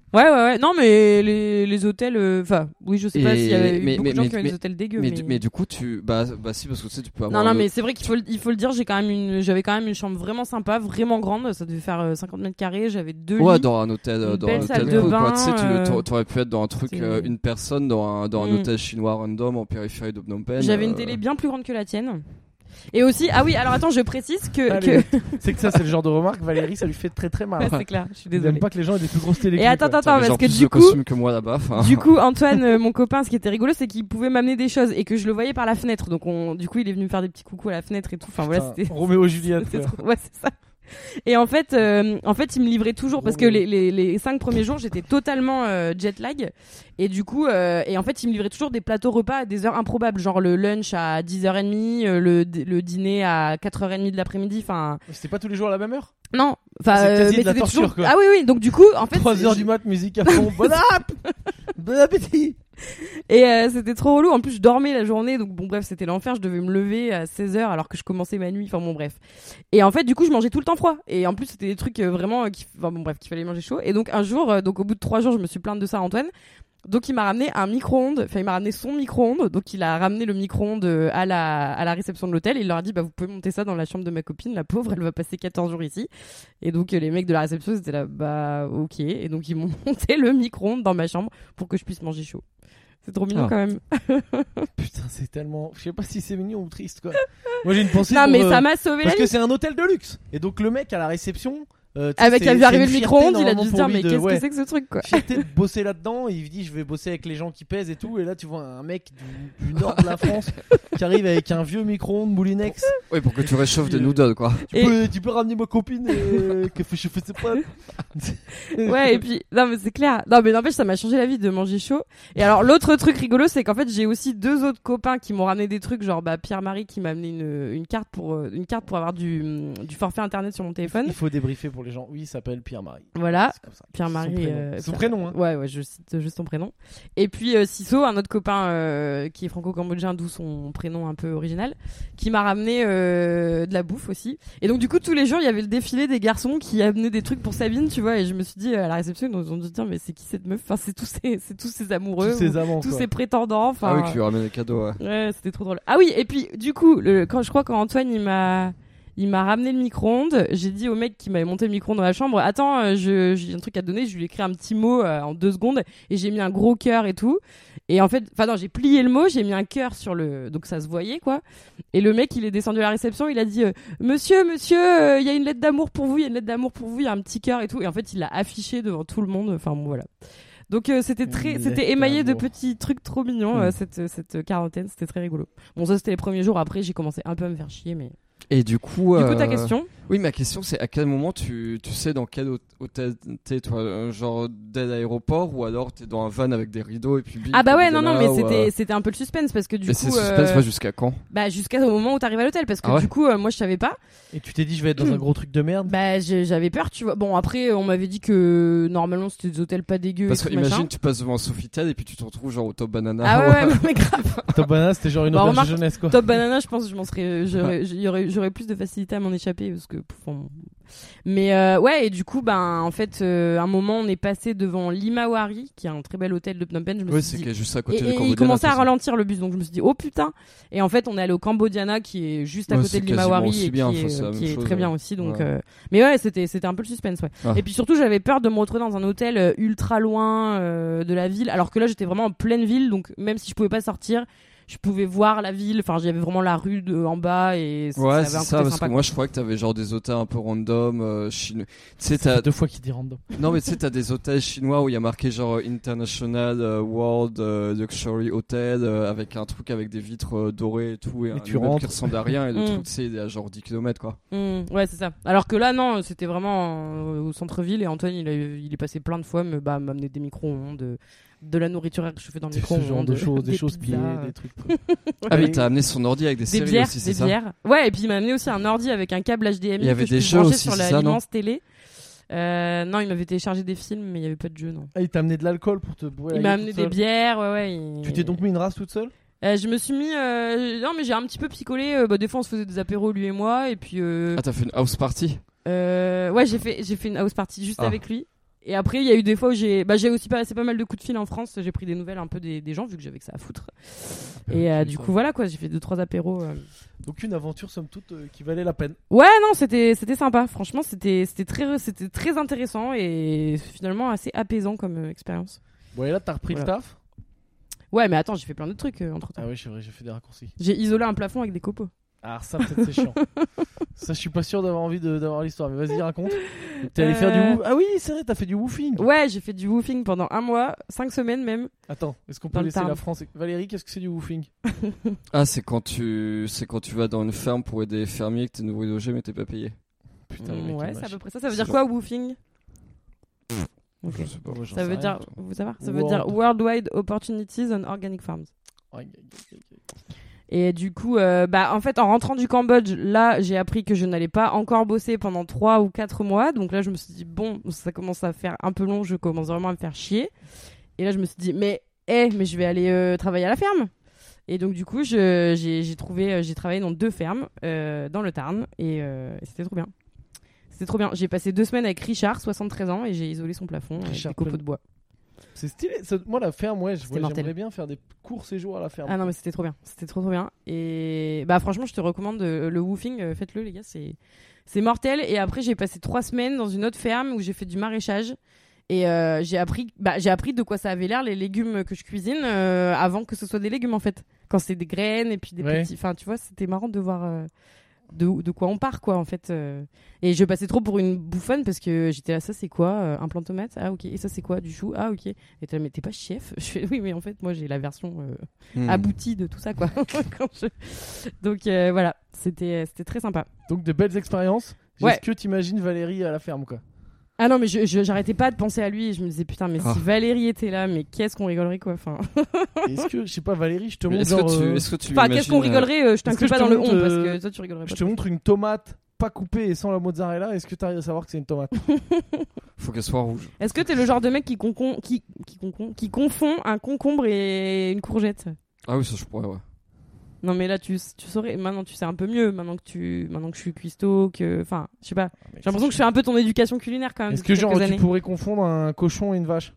Ouais, ouais, ouais. Non, mais les, les hôtels. Enfin, euh, oui, je sais pas Et- s'il y avait eu mais- beaucoup mais- de gens mais- qui avaient mais- des hôtels dégueux. Mais, Mais, du, mais du coup, tu. Bah, bah si, parce que tu sais, tu peux avoir. Non, non, un- mais c'est vrai qu'il faut, le- il faut le dire, j'ai quand même une, j'avais quand même une chambre vraiment sympa, vraiment grande. Ça devait faire euh, cinquante mètres carrés. J'avais deux Ouais, lits. dans un hôtel. euh, une Dans belle un salle hôtel de cool, quoi. bain, Tu sais, tu euh, t'a- t'aurais pu être dans un truc, c'est- euh, une personne dans un, dans un Mm. hôtel chinois random en périphérie de Phnom Penh. J'avais euh, une télé bien plus grande que la tienne. Et aussi, ah oui, alors attends, je précise que. Allez, que... C'est que ça, c'est le genre de remarque, Valérie, ça lui fait très très mal. Ouais, c'est clair, je suis Il aime désolée. pas que les gens aient des plus grosses télé. Et attends, attends, t'avais parce genre que plus du de coup. costumes que moi là-bas. enfin. Du coup, Antoine, euh, mon copain, ce qui était rigolo, c'est qu'il pouvait m'amener des choses et que je le voyais par la fenêtre. Donc, on, du coup, il est venu me faire des petits coucous à la fenêtre et tout. Enfin, voilà, c'était. Roméo et Juliette. c'était quoi. trop- Ouais, c'est ça. Et en fait, euh, en fait, il me livrait toujours parce que les, les, les cinq premiers jours, j'étais totalement euh, jet lag. Et du coup, euh, et en fait, il me livrait toujours des plateaux repas à des heures improbables, genre le lunch à dix heures trente, euh, le, le dîner à quatre heures trente de l'après-midi. Enfin, C'était pas tous les jours à la même heure. non. Enfin, C'est quasi euh, de mais la c'était torture, toujours. quoi. Ah oui, oui. Donc du coup, en fait, trois heures je- du mat, musique à fond. Bon app Bon appétit. Et euh, c'était trop relou. En plus, je dormais la journée. Donc, bon, bref, c'était l'enfer. Je devais me lever à seize heures alors que je commençais ma nuit. Enfin, bon, bref. Et en fait, du coup, je mangeais tout le temps froid. Et en plus, c'était des trucs euh, vraiment. Euh, qui... Enfin, bon, bref, qu'il fallait manger chaud. Et donc, un jour, euh, donc au bout de trois jours, je me suis plainte de ça à Antoine. Donc, il m'a ramené un micro-ondes. Enfin, il m'a ramené son micro-ondes. Donc, il a ramené le micro-ondes euh, à la, à la réception de l'hôtel. Et il leur a dit, bah, vous pouvez monter ça dans la chambre de ma copine. La pauvre, elle va passer quatorze jours ici. Et donc, euh, les mecs de la réception, ils étaient là, bah, ok. Et donc, ils m'ont monté le micro-ondes dans ma chambre pour que je puisse manger chaud. C'est trop mignon Ah. quand même. Putain, c'est tellement. Je sais pas si c'est mignon ou triste quoi. Moi j'ai une pensée. Non, pour, mais euh, ça m'a sauvé la Parce vie. que c'est un hôtel de luxe. Et donc le mec à la réception. euh, tu sais, Avec c'est- la vue c'est arrivée une le fierté, micro-ondes, il a normalement, dû se pour dire lui mais de- qu'est-ce ouais. que c'est que ce truc quoi. Fierté de bosser là-dedans, il dit je vais bosser avec les gens qui pèsent et tout, et là tu vois un mec du, du nord de la France qui arrive avec un vieux micro-ondes Moulinex. Oui, pour que tu réchauffes des noodles, quoi. Tu, Et- peux, tu peux ramener ma copine euh, que je fais ses potes. Ouais, et puis non mais c'est clair. Non mais n'empêche ça m'a changé la vie de manger chaud. Et alors l'autre truc rigolo c'est qu'en fait j'ai aussi deux autres copains qui m'ont ramené des trucs genre bah Pierre-Marie qui m'a amené une, une carte pour euh, une carte pour avoir du du forfait internet sur mon téléphone. Il faut débriefer pour les gens. Oui, il s'appelle Pierre-Marie. Voilà. C'est comme ça. Pierre-Marie. Son prénom, euh, Son Pierre- prénom, hein. Ouais, ouais, je cite juste son prénom. Et puis euh, Sisso, un autre copain euh, qui est franco-cambodgien, d'où son prénom un peu original, qui m'a ramené euh, de la bouffe aussi. Et donc du coup, tous les jours, il y avait le défilé des garçons qui amenaient des trucs pour Sabine, tu vois. Et je me suis dit euh, à la réception, ils nous ont dit tiens, mais c'est qui cette meuf? Enfin, c'est tous ces, c'est tous ces amoureux, Tous ses ou amants. tous quoi. ces prétendants. Enfin, Ah oui, que tu lui ramènes des cadeaux, ouais. ouais, c'était trop drôle. Ah oui, et puis du coup, le, quand je crois quand Antoine il m'a il m'a ramené le micro-ondes, j'ai dit au mec qui m'avait monté le micro-ondes dans la chambre, attends, euh, je j'ai un truc à te donner, je lui ai écrit un petit mot euh, en deux secondes et j'ai mis un gros cœur et tout. Et en fait, enfin non, j'ai plié le mot, j'ai mis un cœur sur le, donc ça se voyait quoi. Et le mec, il est descendu à la réception, il a dit euh, monsieur, monsieur, euh, il y a une lettre d'amour pour vous, il y a une lettre d'amour pour vous, il y a un petit cœur et tout. Et en fait, il l'a affiché devant tout le monde. Enfin bon voilà. Donc euh, c'était Une très, lettre c'était émaillé de d'amour. petits trucs trop mignons Mm. euh, cette cette quarantaine, c'était très rigolo. Bon ça c'était les premiers jours. Après j'ai commencé un peu à me faire chier, mais. Et du coup. Du coup ta euh, question. Oui, ma question c'est à quel moment tu, tu sais dans quel hô- hôtel t'es, toi, euh, genre dès l'aéroport ou alors t'es dans un van avec des rideaux et puis bim, Ah bah ouais comme non non Diana, mais ou, c'était euh, c'était un peu le suspense parce que du Et coup c'est suspense euh, ouais, jusqu'à quand? bah jusqu'au moment où t'arrives à l'hôtel parce que Ah ouais du coup euh, moi je savais pas. Et tu t'es dit je vais être dans un gros truc de merde. Bah j'ai- j'avais peur tu vois. Bon après on m'avait dit que normalement c'était des hôtels pas dégueux. Parce et que tout, machin. imagine tu passes devant un Sofitel et puis tu te retrouves genre au Top Banana. Ah ouais ouais mais grave. Top Banana c'était genre une Bah, auberge de remarque, jeunesse quoi. Top Banana, je pense que je m'en serais, j'aurais, j'aurais, j'aurais plus de facilité à m'en échapper parce que, bon. Mais euh, ouais, et du coup, ben en fait, euh, un moment, on est passé devant Limawari, qui est un très bel hôtel de Phnom Penh. Je me Oui, suis c'est dit, qu'il est juste à et, côté et du il Cambodge. commençait à ralentir le bus, donc je me suis dit oh putain. Et en fait, on est allé au Cambodiana, qui est juste à Ouais, côté c'est de quasiment Limawari aussi et bien, qui, enfin, est, c'est la qui même est chose, très bien ouais. aussi. Donc, Ouais. euh, mais ouais, c'était, c'était un peu le suspense, ouais. Ah. Et puis surtout, j'avais peur de me retrouver dans un hôtel euh, ultra loin euh, de la ville, alors que là, j'étais vraiment en pleine ville, donc même si je pouvais pas sortir. Je pouvais voir la ville, enfin j'avais vraiment la rue de, en bas et ça, Ouais, avait c'est un ça, côté parce sympa. que moi je crois que t'avais genre des hôtels un peu random euh, chinois. Tu sais, Ça t'as. fait deux fois qu'il dit random. Non, mais tu sais, t'as des hôtels chinois où il y a marqué genre euh, International euh, World euh, Luxury Hotel euh, avec un truc avec des vitres euh, dorées et tout et, Et un tu immeuble rentres. qui ressemble à rien et le Mm. truc, tu sais, il est à genre dix kilomètres quoi. Mmh, ouais, c'est ça. Alors que là, non, c'était vraiment euh, au centre-ville et Antoine, il, a, il est passé plein de fois me, bah, m'amener des micro-ondes, de, de la nourriture à réchauffer dans le C'est ce micro-ondes, genre de choses, des choses pizzas, pillées, euh, des trucs. quoi. Ah, mais Et- t'as amené son ordi avec des, des séries bières, aussi, c'est des ça? bières. Ouais, et puis il m'a amené aussi un ordi avec un câble H D M I Il y avait que je des puisse jeux brancher aussi, sur c'est la ça, non l'immense télé. Euh, non, il m'avait téléchargé des films, mais il y avait pas de jeu, non. Ah, il t'a amené de l'alcool pour te bourrer Il la m'a gueule amené toute des seule. bières, ouais, ouais. il- Tu t'es donc mis une race toute seule? Euh, je me suis mis, euh, non, mais j'ai un petit peu picolé. euh, bah, des fois, on se faisait des apéros lui et moi, et puis. Euh, Ah, t'as fait une house party? euh, ouais, j'ai fait, j'ai fait une house party juste Ah. avec lui. Et après, il y a eu des fois où j'ai, bah, j'ai aussi passé pas mal de coups de fil en France. J'ai pris des nouvelles un peu des, des gens vu que j'avais que ça à foutre. Et euh, du coup, voilà quoi, j'ai fait deux trois apéros. Euh... Donc une aventure somme toute euh, qui valait la peine. Ouais, non, c'était c'était sympa. Franchement, c'était c'était très c'était très intéressant et finalement assez apaisant comme euh, expérience. Bon et là t'as repris Voilà. le taf. Ouais, mais attends, j'ai fait plein d'autres trucs euh, entre temps. Ah oui c'est vrai, j'ai fait des raccourcis. J'ai isolé un plafond avec des copeaux. Alors ça peut-être c'est chiant. Ça je suis pas sûr d'avoir envie de, d'avoir l'histoire, mais vas-y raconte. T'es allé Euh... faire du woo... Ah oui c'est vrai, t'as fait du woofing. Ouais, j'ai fait du woofing pendant un mois, cinq semaines même. Attends, est-ce qu'on Dans peut le laisser Tarn. la France? Valérie, qu'est-ce que c'est du woofing? Ah, c'est quand tu, c'est quand tu vas dans une ferme pour aider les fermiers que t'es nouveau logé mais t'es pas payé. Putain, le Mm, mec, ouais, il c'est à mâche. peu près ça. Ça veut C'est dire quoi woofing? Ok. Je sais pas. Moi, j'en Ça sais veut rien, dire, toi. vous savez, ça veut World. dire Worldwide Opportunities on Organic Farms. Ouais, ouais, ouais, ouais. Et du coup, euh, bah en fait, en rentrant du Cambodge, là, j'ai appris que je n'allais pas encore bosser pendant trois ou quatre mois. Donc là, je me suis dit bon, ça commence à faire un peu long, je commence vraiment à me faire chier. Et là, je me suis dit mais, eh, mais je vais aller euh, travailler à la ferme. Et donc du coup, je, j'ai, j'ai trouvé, euh, j'ai travaillé dans deux fermes euh, dans le Tarn et, euh, et c'était trop bien. C'était trop bien. J'ai passé deux semaines avec Richard, soixante-treize ans, et j'ai isolé son plafond avec Richard des copeaux Plein. de bois. C'est stylé. Ça- Moi la ferme, ouais, je- C'était ouais, mortel. j'aimerais bien faire des courts séjours à la ferme. Ah non mais c'était trop bien, c'était trop trop bien. Et bah franchement je te recommande euh, le woofing, euh, faites-le les gars, c'est c'est mortel. Et après j'ai passé trois semaines dans une autre ferme où j'ai fait du maraîchage et euh, j'ai appris bah j'ai appris de quoi ça avait l'air les légumes que je cuisine euh, avant que ce soit des légumes en fait. Quand c'est des graines et puis des Ouais. petits, enfin tu vois c'était marrant de voir euh, de de quoi on part quoi en fait. euh. Et je passais trop pour une bouffonne parce que j'étais là ça c'est quoi euh, un plant de tomate, ah ok, et ça c'est quoi du chou, ah ok. Et t'es là mais t'es pas chef? Je fais oui mais en fait moi j'ai la version euh, Hmm. abouti de tout ça quoi. Quand je... donc euh, voilà, c'était c'était très sympa. Donc de belles expériences. Ouais. Est-ce que t'imagines Valérie à la ferme quoi? Ah non mais je, je- j'arrêtais pas de penser à lui et je me disais putain mais Ah. si Valérie était là mais qu'est-ce qu'on rigolerait quoi, enfin Est-ce que je sais pas Valérie, je te Mais montre Est-ce que genre, tu, euh, est-ce que tu enfin qu'est-ce qu'on imagines, euh, rigolerait, euh, je est-ce que t'inclus je pas te dans le montre, on parce euh, que toi tu rigolerais je pas. te montre une tomate pas coupée et sans la mozzarella. Est-ce que t'arrives à savoir que c'est une tomate? Faut qu'elle soit rouge. Est-ce que t'es le genre de mec qui concon... qui qui concon... qui confond un concombre et une courgette? Ah oui, ça je pourrais, ouais. Non mais là tu tu saurais, maintenant tu sais un peu mieux, maintenant que tu maintenant que je suis cuistot, que enfin je sais pas, j'ai l'impression que je fais un peu ton éducation culinaire quand même. Est-ce depuis que genre quelques tu années. pourrais confondre un cochon et une vache?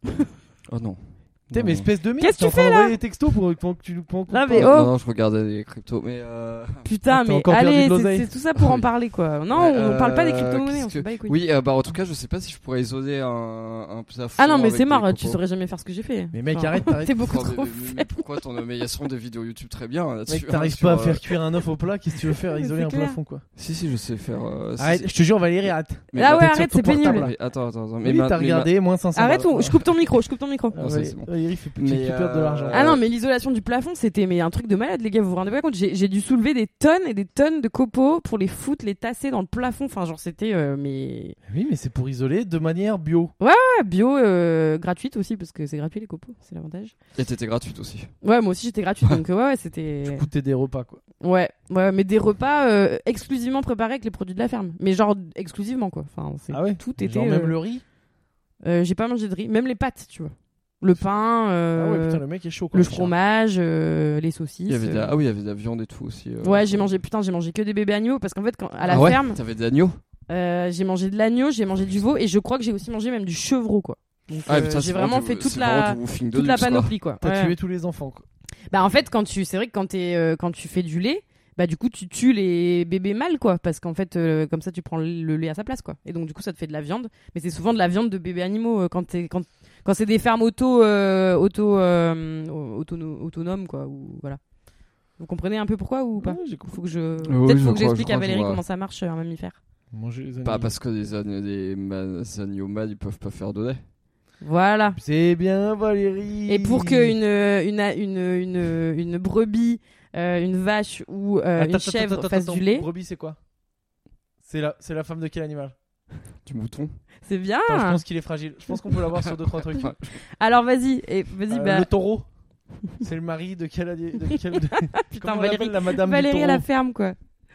Oh non. T'es Non, mais non. espèce de merde. Qu'est-ce t'es que en train tu fais, d'envoyer des textos pour, pour que tu pour qu'on Non, te mais parle. oh. Non, non, je regardais les cryptos, mais euh... Putain, T'as mais encore perdu de allez, l'oseille. c'est c'est tout ça pour en Oui. parler quoi. Non, Ouais, on parle pas des euh, crypto-monnaies, qu'est-ce on se que- bat les couilles. Oui, euh, bah en tout cas, je sais pas si je pourrais isoler un, un plafond. Ah non, mais avec c'est des marre, tu copeaux. saurais jamais faire ce que j'ai fait. Mais mec, Enfin, arrête, t'arrêtes. T'es beaucoup Enfin, trop mais, mais- mais faible. pourquoi t'en as... Mais il y a sûrement des vidéos YouTube très bien hein, là-dessus. Mec, t'arrives hein, sur, pas à euh, faire cuire un œuf au plat, qu'est-ce que tu veux faire? Mais Isoler c'est un clair. plafond quoi. Si, si, je sais faire. euh, si, Arrête, si. je te jure Valérie, arrête. Mais Ah ma- ouais, peut-être arrête, sur c'est ton pénible. portable. mais attends, attends, attends. Mais Oui, ma- t'as mais ma- regardé, moins cinq cents Arrête, balles. on- je coupe ton micro, je coupe ton micro. Ah, Non, ça, Valérie, c'est bon. Valérie fait, tu Mais, fais perdre de euh, l'argent. Ah non, mais l'isolation du plafond, c'était mais un truc de malade, les gars. Vous vous rendez pas compte? J'ai j'ai dû soulever des tonnes et des tonnes de copeaux pour les foutre, les tasser dans le plafond. Enfin, genre, c'était euh, mais Oui, mais c'est pour isoler de manière bio. ouais, bio, euh, gratuite aussi parce que c'est gratuit les copeaux, c'est l'avantage. Et t'étais gratuite aussi. Ouais, moi aussi j'étais gratuite, donc euh, ouais, ouais, c'était. Coûter des repas quoi. Ouais, ouais, mais des repas euh, exclusivement préparés avec les produits de la ferme. Mais genre exclusivement quoi. Enfin, c'est Ah ouais. tout était. Genre même euh, le riz. euh, j'ai pas mangé de riz, même les pâtes, tu vois. Le pain, euh, Ah ouais, putain, le mec est chaud quoi. le Richard. fromage, euh, les saucisses. Il y avait de la... euh. Ah oui, il y avait de la viande et tout aussi. euh. Ouais, j'ai mangé, putain, j'ai mangé que des bébés agneaux parce qu'en fait, quand, à la Ah ouais ferme, T'avais des agneaux. euh, j'ai mangé de l'agneau, j'ai mangé du veau et je crois que j'ai aussi mangé même du chevreau quoi. Donc, Ah euh, putain, j'ai c'est vraiment du- fait toute c'est la vraiment du woofing de toute la luxe, quoi. panoplie quoi. T'as Ouais. tué tous les enfants quoi. Bah en fait, quand tu, c'est vrai que quand t'es, euh, quand tu fais du lait, bah du coup tu tues les bébés mâles quoi, parce qu'en fait euh, comme ça tu prends le, le lait à sa place quoi. Et donc du coup ça te fait de la viande, mais c'est souvent de la viande de bébés animaux euh, quand t'es, quand quand c'est des fermes auto euh, auto euh, autono- autonomes quoi, ou voilà. Vous comprenez un peu pourquoi ou pas? Ouais, j'ai compris. Faut que je oui, peut-être je faut que crois, j'explique je crois à que Valérie je vois. comment ça marche euh, un mammifère. Manger les Pas animaux. parce que les, agneaux- des ma- des agneaux mâles ils peuvent pas faire de lait. Voilà. C'est bien Valérie. Et pour qu'une une, une, une, une brebis, euh, une vache ou euh, Attends, une attends, chèvre attends, fasse attends, du lait, Brebis c'est quoi? C'est la c'est la femme de quel animal? Du mouton. c'est bien. Attends, je pense qu'il est fragile. Je pense qu'on peut l'avoir sur deux trois trucs. Ouais. Alors vas-y, et vas-y Euh, bah Le taureau. C'est le mari de quel ani- de quel de- putain Comment on Valérie, l'appelle la madame Valérie du à taureau? la ferme quoi.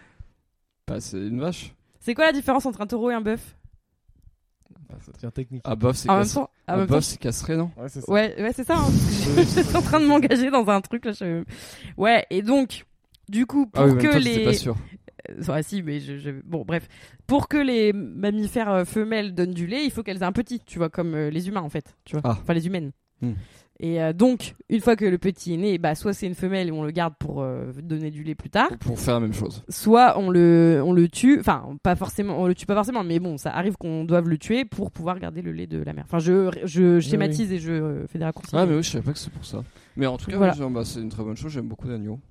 Bah, c'est une vache. C'est quoi la différence entre un taureau et un bœuf? Ah, ça devient technique. Ah, bof, c'est En même castré. temps, en Un même temps, bof, c'est castré, non? Ouais, c'est ça. ouais, ouais, c'est ça. Hein. J'étais en train de m'engager dans un truc là. Je... Ouais, et donc, du coup, pour Ah oui, mais que toi, les, t'étais pas sûr. Ouais, si, mais je, je- bon, bref. Pour que les mammifères euh, femelles donnent du lait, il faut qu'elles aient un petit, tu vois, comme euh, les humains en fait, tu vois. Ah. Enfin, les humaines. Hmm. Et euh, donc, une fois que le petit est né, bah, soit c'est une femelle et on le garde pour euh, donner du lait plus tard, Pour, pour faire la même chose. soit on le, on le tue, enfin, pas forcément, on le tue pas forcément, mais bon, ça arrive qu'on doive le tuer pour pouvoir garder le lait de la mère. Enfin, je, je schématise et je euh, fais des raccourcis. Ah, mais oui, je savais pas que c'est pour ça. Mais en tout cas, Voilà. ouais, genre, bah, c'est une très bonne chose. J'aime beaucoup d'agneaux.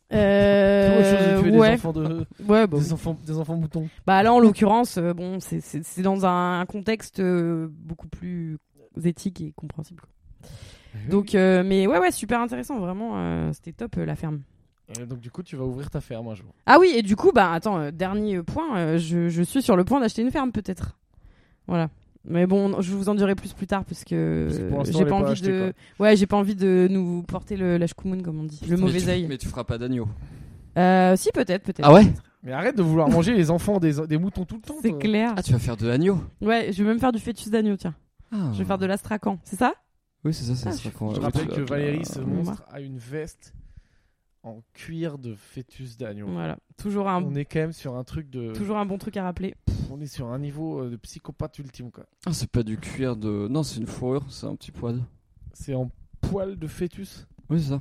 Euh, Autre chose de tuer ouais. des enfants de, Ouais, bah, des enfants, des enfants moutons. bah là, en l'occurrence, euh, bon, c'est, c'est, c'est dans un, un contexte euh, beaucoup plus éthique et compréhensible. quoi. Donc, euh, mais ouais, ouais, super intéressant, vraiment, euh, c'était top euh, la ferme. Et donc du coup, tu vas ouvrir ta ferme un jour. Ah oui, et du coup, bah attends, euh, dernier point, euh, je, je suis sur le point d'acheter une ferme peut-être. Voilà. Mais bon, je vous en dirai plus plus tard parce que, Parce que pour euh, l'instant, j'ai elle pas est pas envie achetée, de, ouais, j'ai pas envie de nous porter le la shkumun comme on dit, le mais mauvais tu, œil. Mais tu feras pas d'agneau. Euh, si peut-être, peut-être. Ah ouais Mais arrête de vouloir manger les enfants des, des moutons tout le temps. C'est toi. clair. Ah, tu vas faire de l'agneau. Ouais, je vais même faire du fœtus d'agneau, tiens. Ah. Je vais faire de l'astracan, c'est ça? Oui, c'est ça, c'est Ah, ça. quand- Je oui, rappelle tu que vas- Valérie, ce euh, monstre, a une veste en cuir de fœtus d'agneau. Voilà, toujours un, On est quand même sur un truc de. toujours un bon truc à rappeler. On est sur un niveau euh, de psychopathe ultime, quoi. Ah, c'est pas du cuir de. Non, c'est une fourrure, c'est un petit poil. C'est en poil de fœtus. Oui, c'est ça.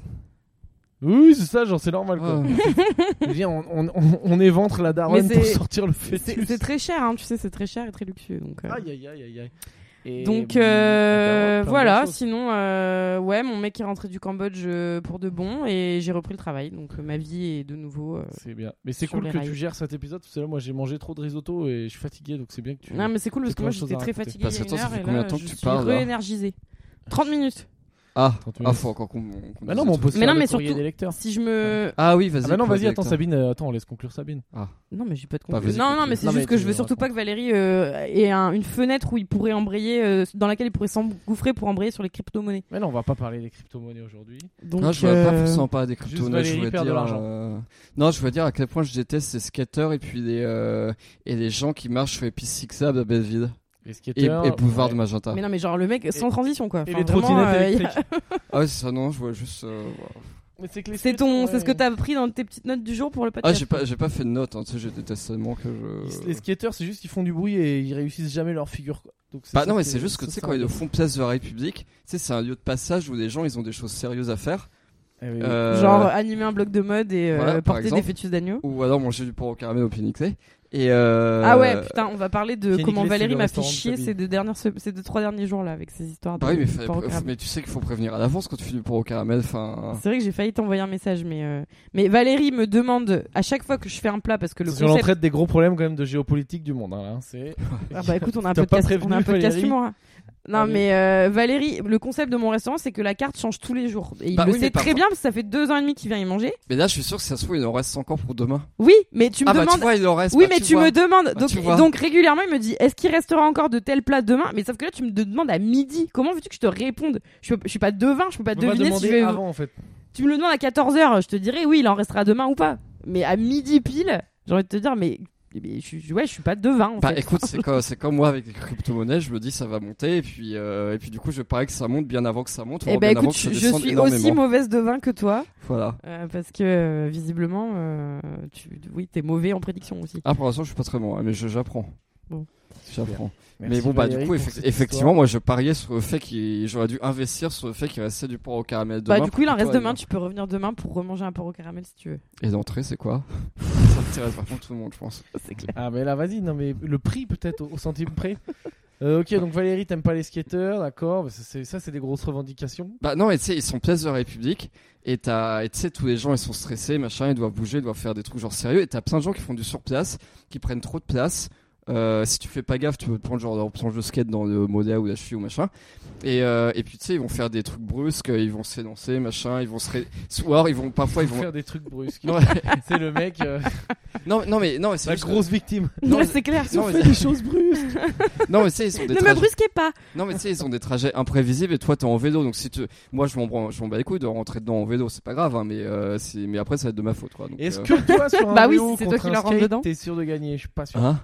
Oui, c'est ça, genre c'est normal, quoi. Ouais. Je veux dire, on, on, on, on éventre la daronne Mais pour c'est- sortir le C'est, fœtus. c'est très cher, hein, tu sais, c'est très cher et très luxueux. Donc, euh. Aïe, aïe, aïe, aïe, aïe. Et, Donc hum, euh, plein de voilà, bonnes choses. sinon euh, ouais, mon mec est rentré du Cambodge euh, pour de bon et j'ai repris le travail. Donc euh, ma vie est de nouveau. euh, C'est bien. Mais c'est sur cool les que rails. tu gères cet épisode parce que là, moi, j'ai mangé trop de risotto et je suis fatigué, donc c'est bien que tu. Non mais c'est cool parce c'est que moi plein de choses j'étais à très raconter. fatiguée Parce il y a que une attends, ça heure fait et combien là de temps que je tu suis parles, là réénergisée. trente minutes. Ah, trente ah, minutes. faut encore qu'on. qu'on Bah dise non, des mais on peut trucs. se Mais faire non, le mais courrier surtout- des lecteurs. Si je me Ah oui, vas-y. Ah bah non, pose vas-y, les attends, lecteurs. Sabine, euh, attends, on laisse conclure Sabine. non mais j'ai pas de Bah, conclusion. vas-y, non non conclue. mais c'est Non, juste mais que tu je veux veux surtout raconter. pas que Valérie euh, ait un- une fenêtre où il pourrait embrayer euh, dans laquelle il pourrait s'engouffrer pour embrayer sur les crypto-monnaies. Mais non, on va pas parler des crypto-monnaies aujourd'hui. Donc Non, je voulais pas euh, forcément parler des juste crypto-monnaies, je Valérie voulais perd de dire. l'argent. euh, Non, je voulais dire à quel point je déteste ces skateurs et puis les, euh, et les gens qui marchent sur les pistes cyclables à Belleville Les et, skateurs. et Boulevard ouais. de Magenta. mais non mais genre le mec sans transition quoi. Et Enfin, les vraiment, trottinettes euh, il y a- électriques. Ah ouais, c'est ça, non, je vois juste. euh, voilà. Mais c'est que les C'est skateurs, ton, ouais. c'est ce que t'as pris dans tes petites notes du jour pour le Ah, podcast. j'ai pas, j'ai pas fait de notes, hein, tu sais, je déteste tellement que Ils- je. Les skateurs, c'est juste qu'ils font du bruit et ils réussissent jamais leur figure, quoi. Donc, c'est Bah ça non, mais qui c'est est- juste que tu ça, sais, ça quand ils le embête. font place de la République, tu sais, c'est un lieu de passage où les gens ils ont des choses sérieuses à faire. Eh oui, oui. Euh, Genre animer un bloc de mode et euh, voilà, par porter des exemple. fœtus d'agneau. Ou alors manger du porc au caramel au pied nickelé. Et euh... Ah ouais, putain, on va parler de Pied comment nickelé, Valérie c'est le m'a fait restaurant de chier Sabine. ces deux dernières, se- ces deux trois derniers jours là avec ces histoires. Bah de oui, mais, fallait- porc au caramel. mais tu sais qu'il faut prévenir à l'avance quand tu fais du porc au caramel. Enfin. C'est vrai que j'ai failli t'envoyer un message, mais euh, mais Valérie me demande à chaque fois que je fais un plat parce que le Attention, on concept. traite des gros problèmes quand même de géopolitique du monde. Hein, là. C'est... Ah bah écoute, on a un T'as pas podcast, prévenu, on a un podcast Valérie humour. hein. Non Allez. mais euh, Valérie, le concept de mon restaurant c'est que la carte change tous les jours. Et il Bah le oui, mais sait par très contre- bien parce que ça fait deux ans et demi qu'il vient y manger. Mais là, je suis sûr que ça se trouve, il en reste encore pour demain. Oui, mais tu me ah bah demandes. tu vois, il en reste. Oui, bah, mais tu, vois. me demandes. Bah, donc, tu vois. donc régulièrement, il me dit est-ce qu'il restera encore de tel plat demain? Mais sauf que là, tu me demandes à midi. Comment veux-tu que je te réponde? Je, peux- je suis pas devin, je peux pas On peut pas deviner si demander je vais. avant, en fait. Tu me le demandes à quatorze heures, je te dirais oui, il en restera demain ou pas. Mais à midi pile, j'ai envie de te dire, mais, mais je, suis- ouais, je suis pas devin. En Bah fait. écoute, c'est comme, c'est comme moi avec les crypto-monnaies, je me dis ça va monter et puis euh, et puis du coup je parie que ça monte bien avant que ça monte, Eh voire ben bien avant écoute, que ça je, je descende suis énormément. aussi mauvaise devin que toi, Voilà. euh, parce que euh, visiblement, euh, tu, oui, t'es mauvais en prédiction aussi. Ah pour l'instant je suis pas très bon, hein, mais je, j'apprends. Bon. J'apprends. Merci mais bon bah Valérie du coup pour effect- cette effectivement histoire. moi je pariais sur le fait qu'il j'aurais dû investir sur le fait qu'il restait du porc au caramel demain. Bah du coup, il en pour reste toi, demain. et- Tu peux revenir demain pour remanger un porc au caramel si tu veux. Et l'entrée c'est quoi? Ça intéresse par contre tout le monde je pense. C'est clair. Ah, mais là, vas-y, non, mais le prix peut-être au, au centime près. Euh, ok, donc Valérie, t'aimes pas les skateurs, d'accord. Bah, ça, c'est, ça, c'est des grosses revendications. Bah non, et tu sais, ils sont place de la République, et t'as, et tu sais, tous les gens, ils sont stressés, machin, ils doivent bouger, ils doivent faire des trucs genre sérieux, et t'as plein de gens qui font du surplace, qui prennent trop de place. Euh, si tu fais pas gaffe, tu peux te prendre genre leur planche de skate dans le Modéa ou la cheville ou machin. Et, euh, et puis tu sais, ils vont faire des trucs brusques, ils vont s'élancer, machin, ils vont se ré... ou alors ils vont, parfois ils vont. faire des trucs brusques. Non, C'est le mec, euh, non, non, mais, non, mais c'est la juste- grosse victime. Non, mais- c'est clair. non, mais- Fait des choses brusques. non, mais tu sais, ils ont des Ne me trajets. brusquez pas. Non, mais tu sais, ils ont des trajets imprévisibles et toi t'es en vélo, donc si tu, moi je m'en, bran- je m'en bats les couilles de rentrer dedans en vélo, c'est pas grave, hein, mais euh, c'est, mais après ça va être de ma faute, quoi. Donc, Est-ce euh, que toi, sur un Bah oui, vélo si c'est toi contre qui un leur rentre skate, dedans. t'es sûr de gagner? Je suis pas sûr. Hein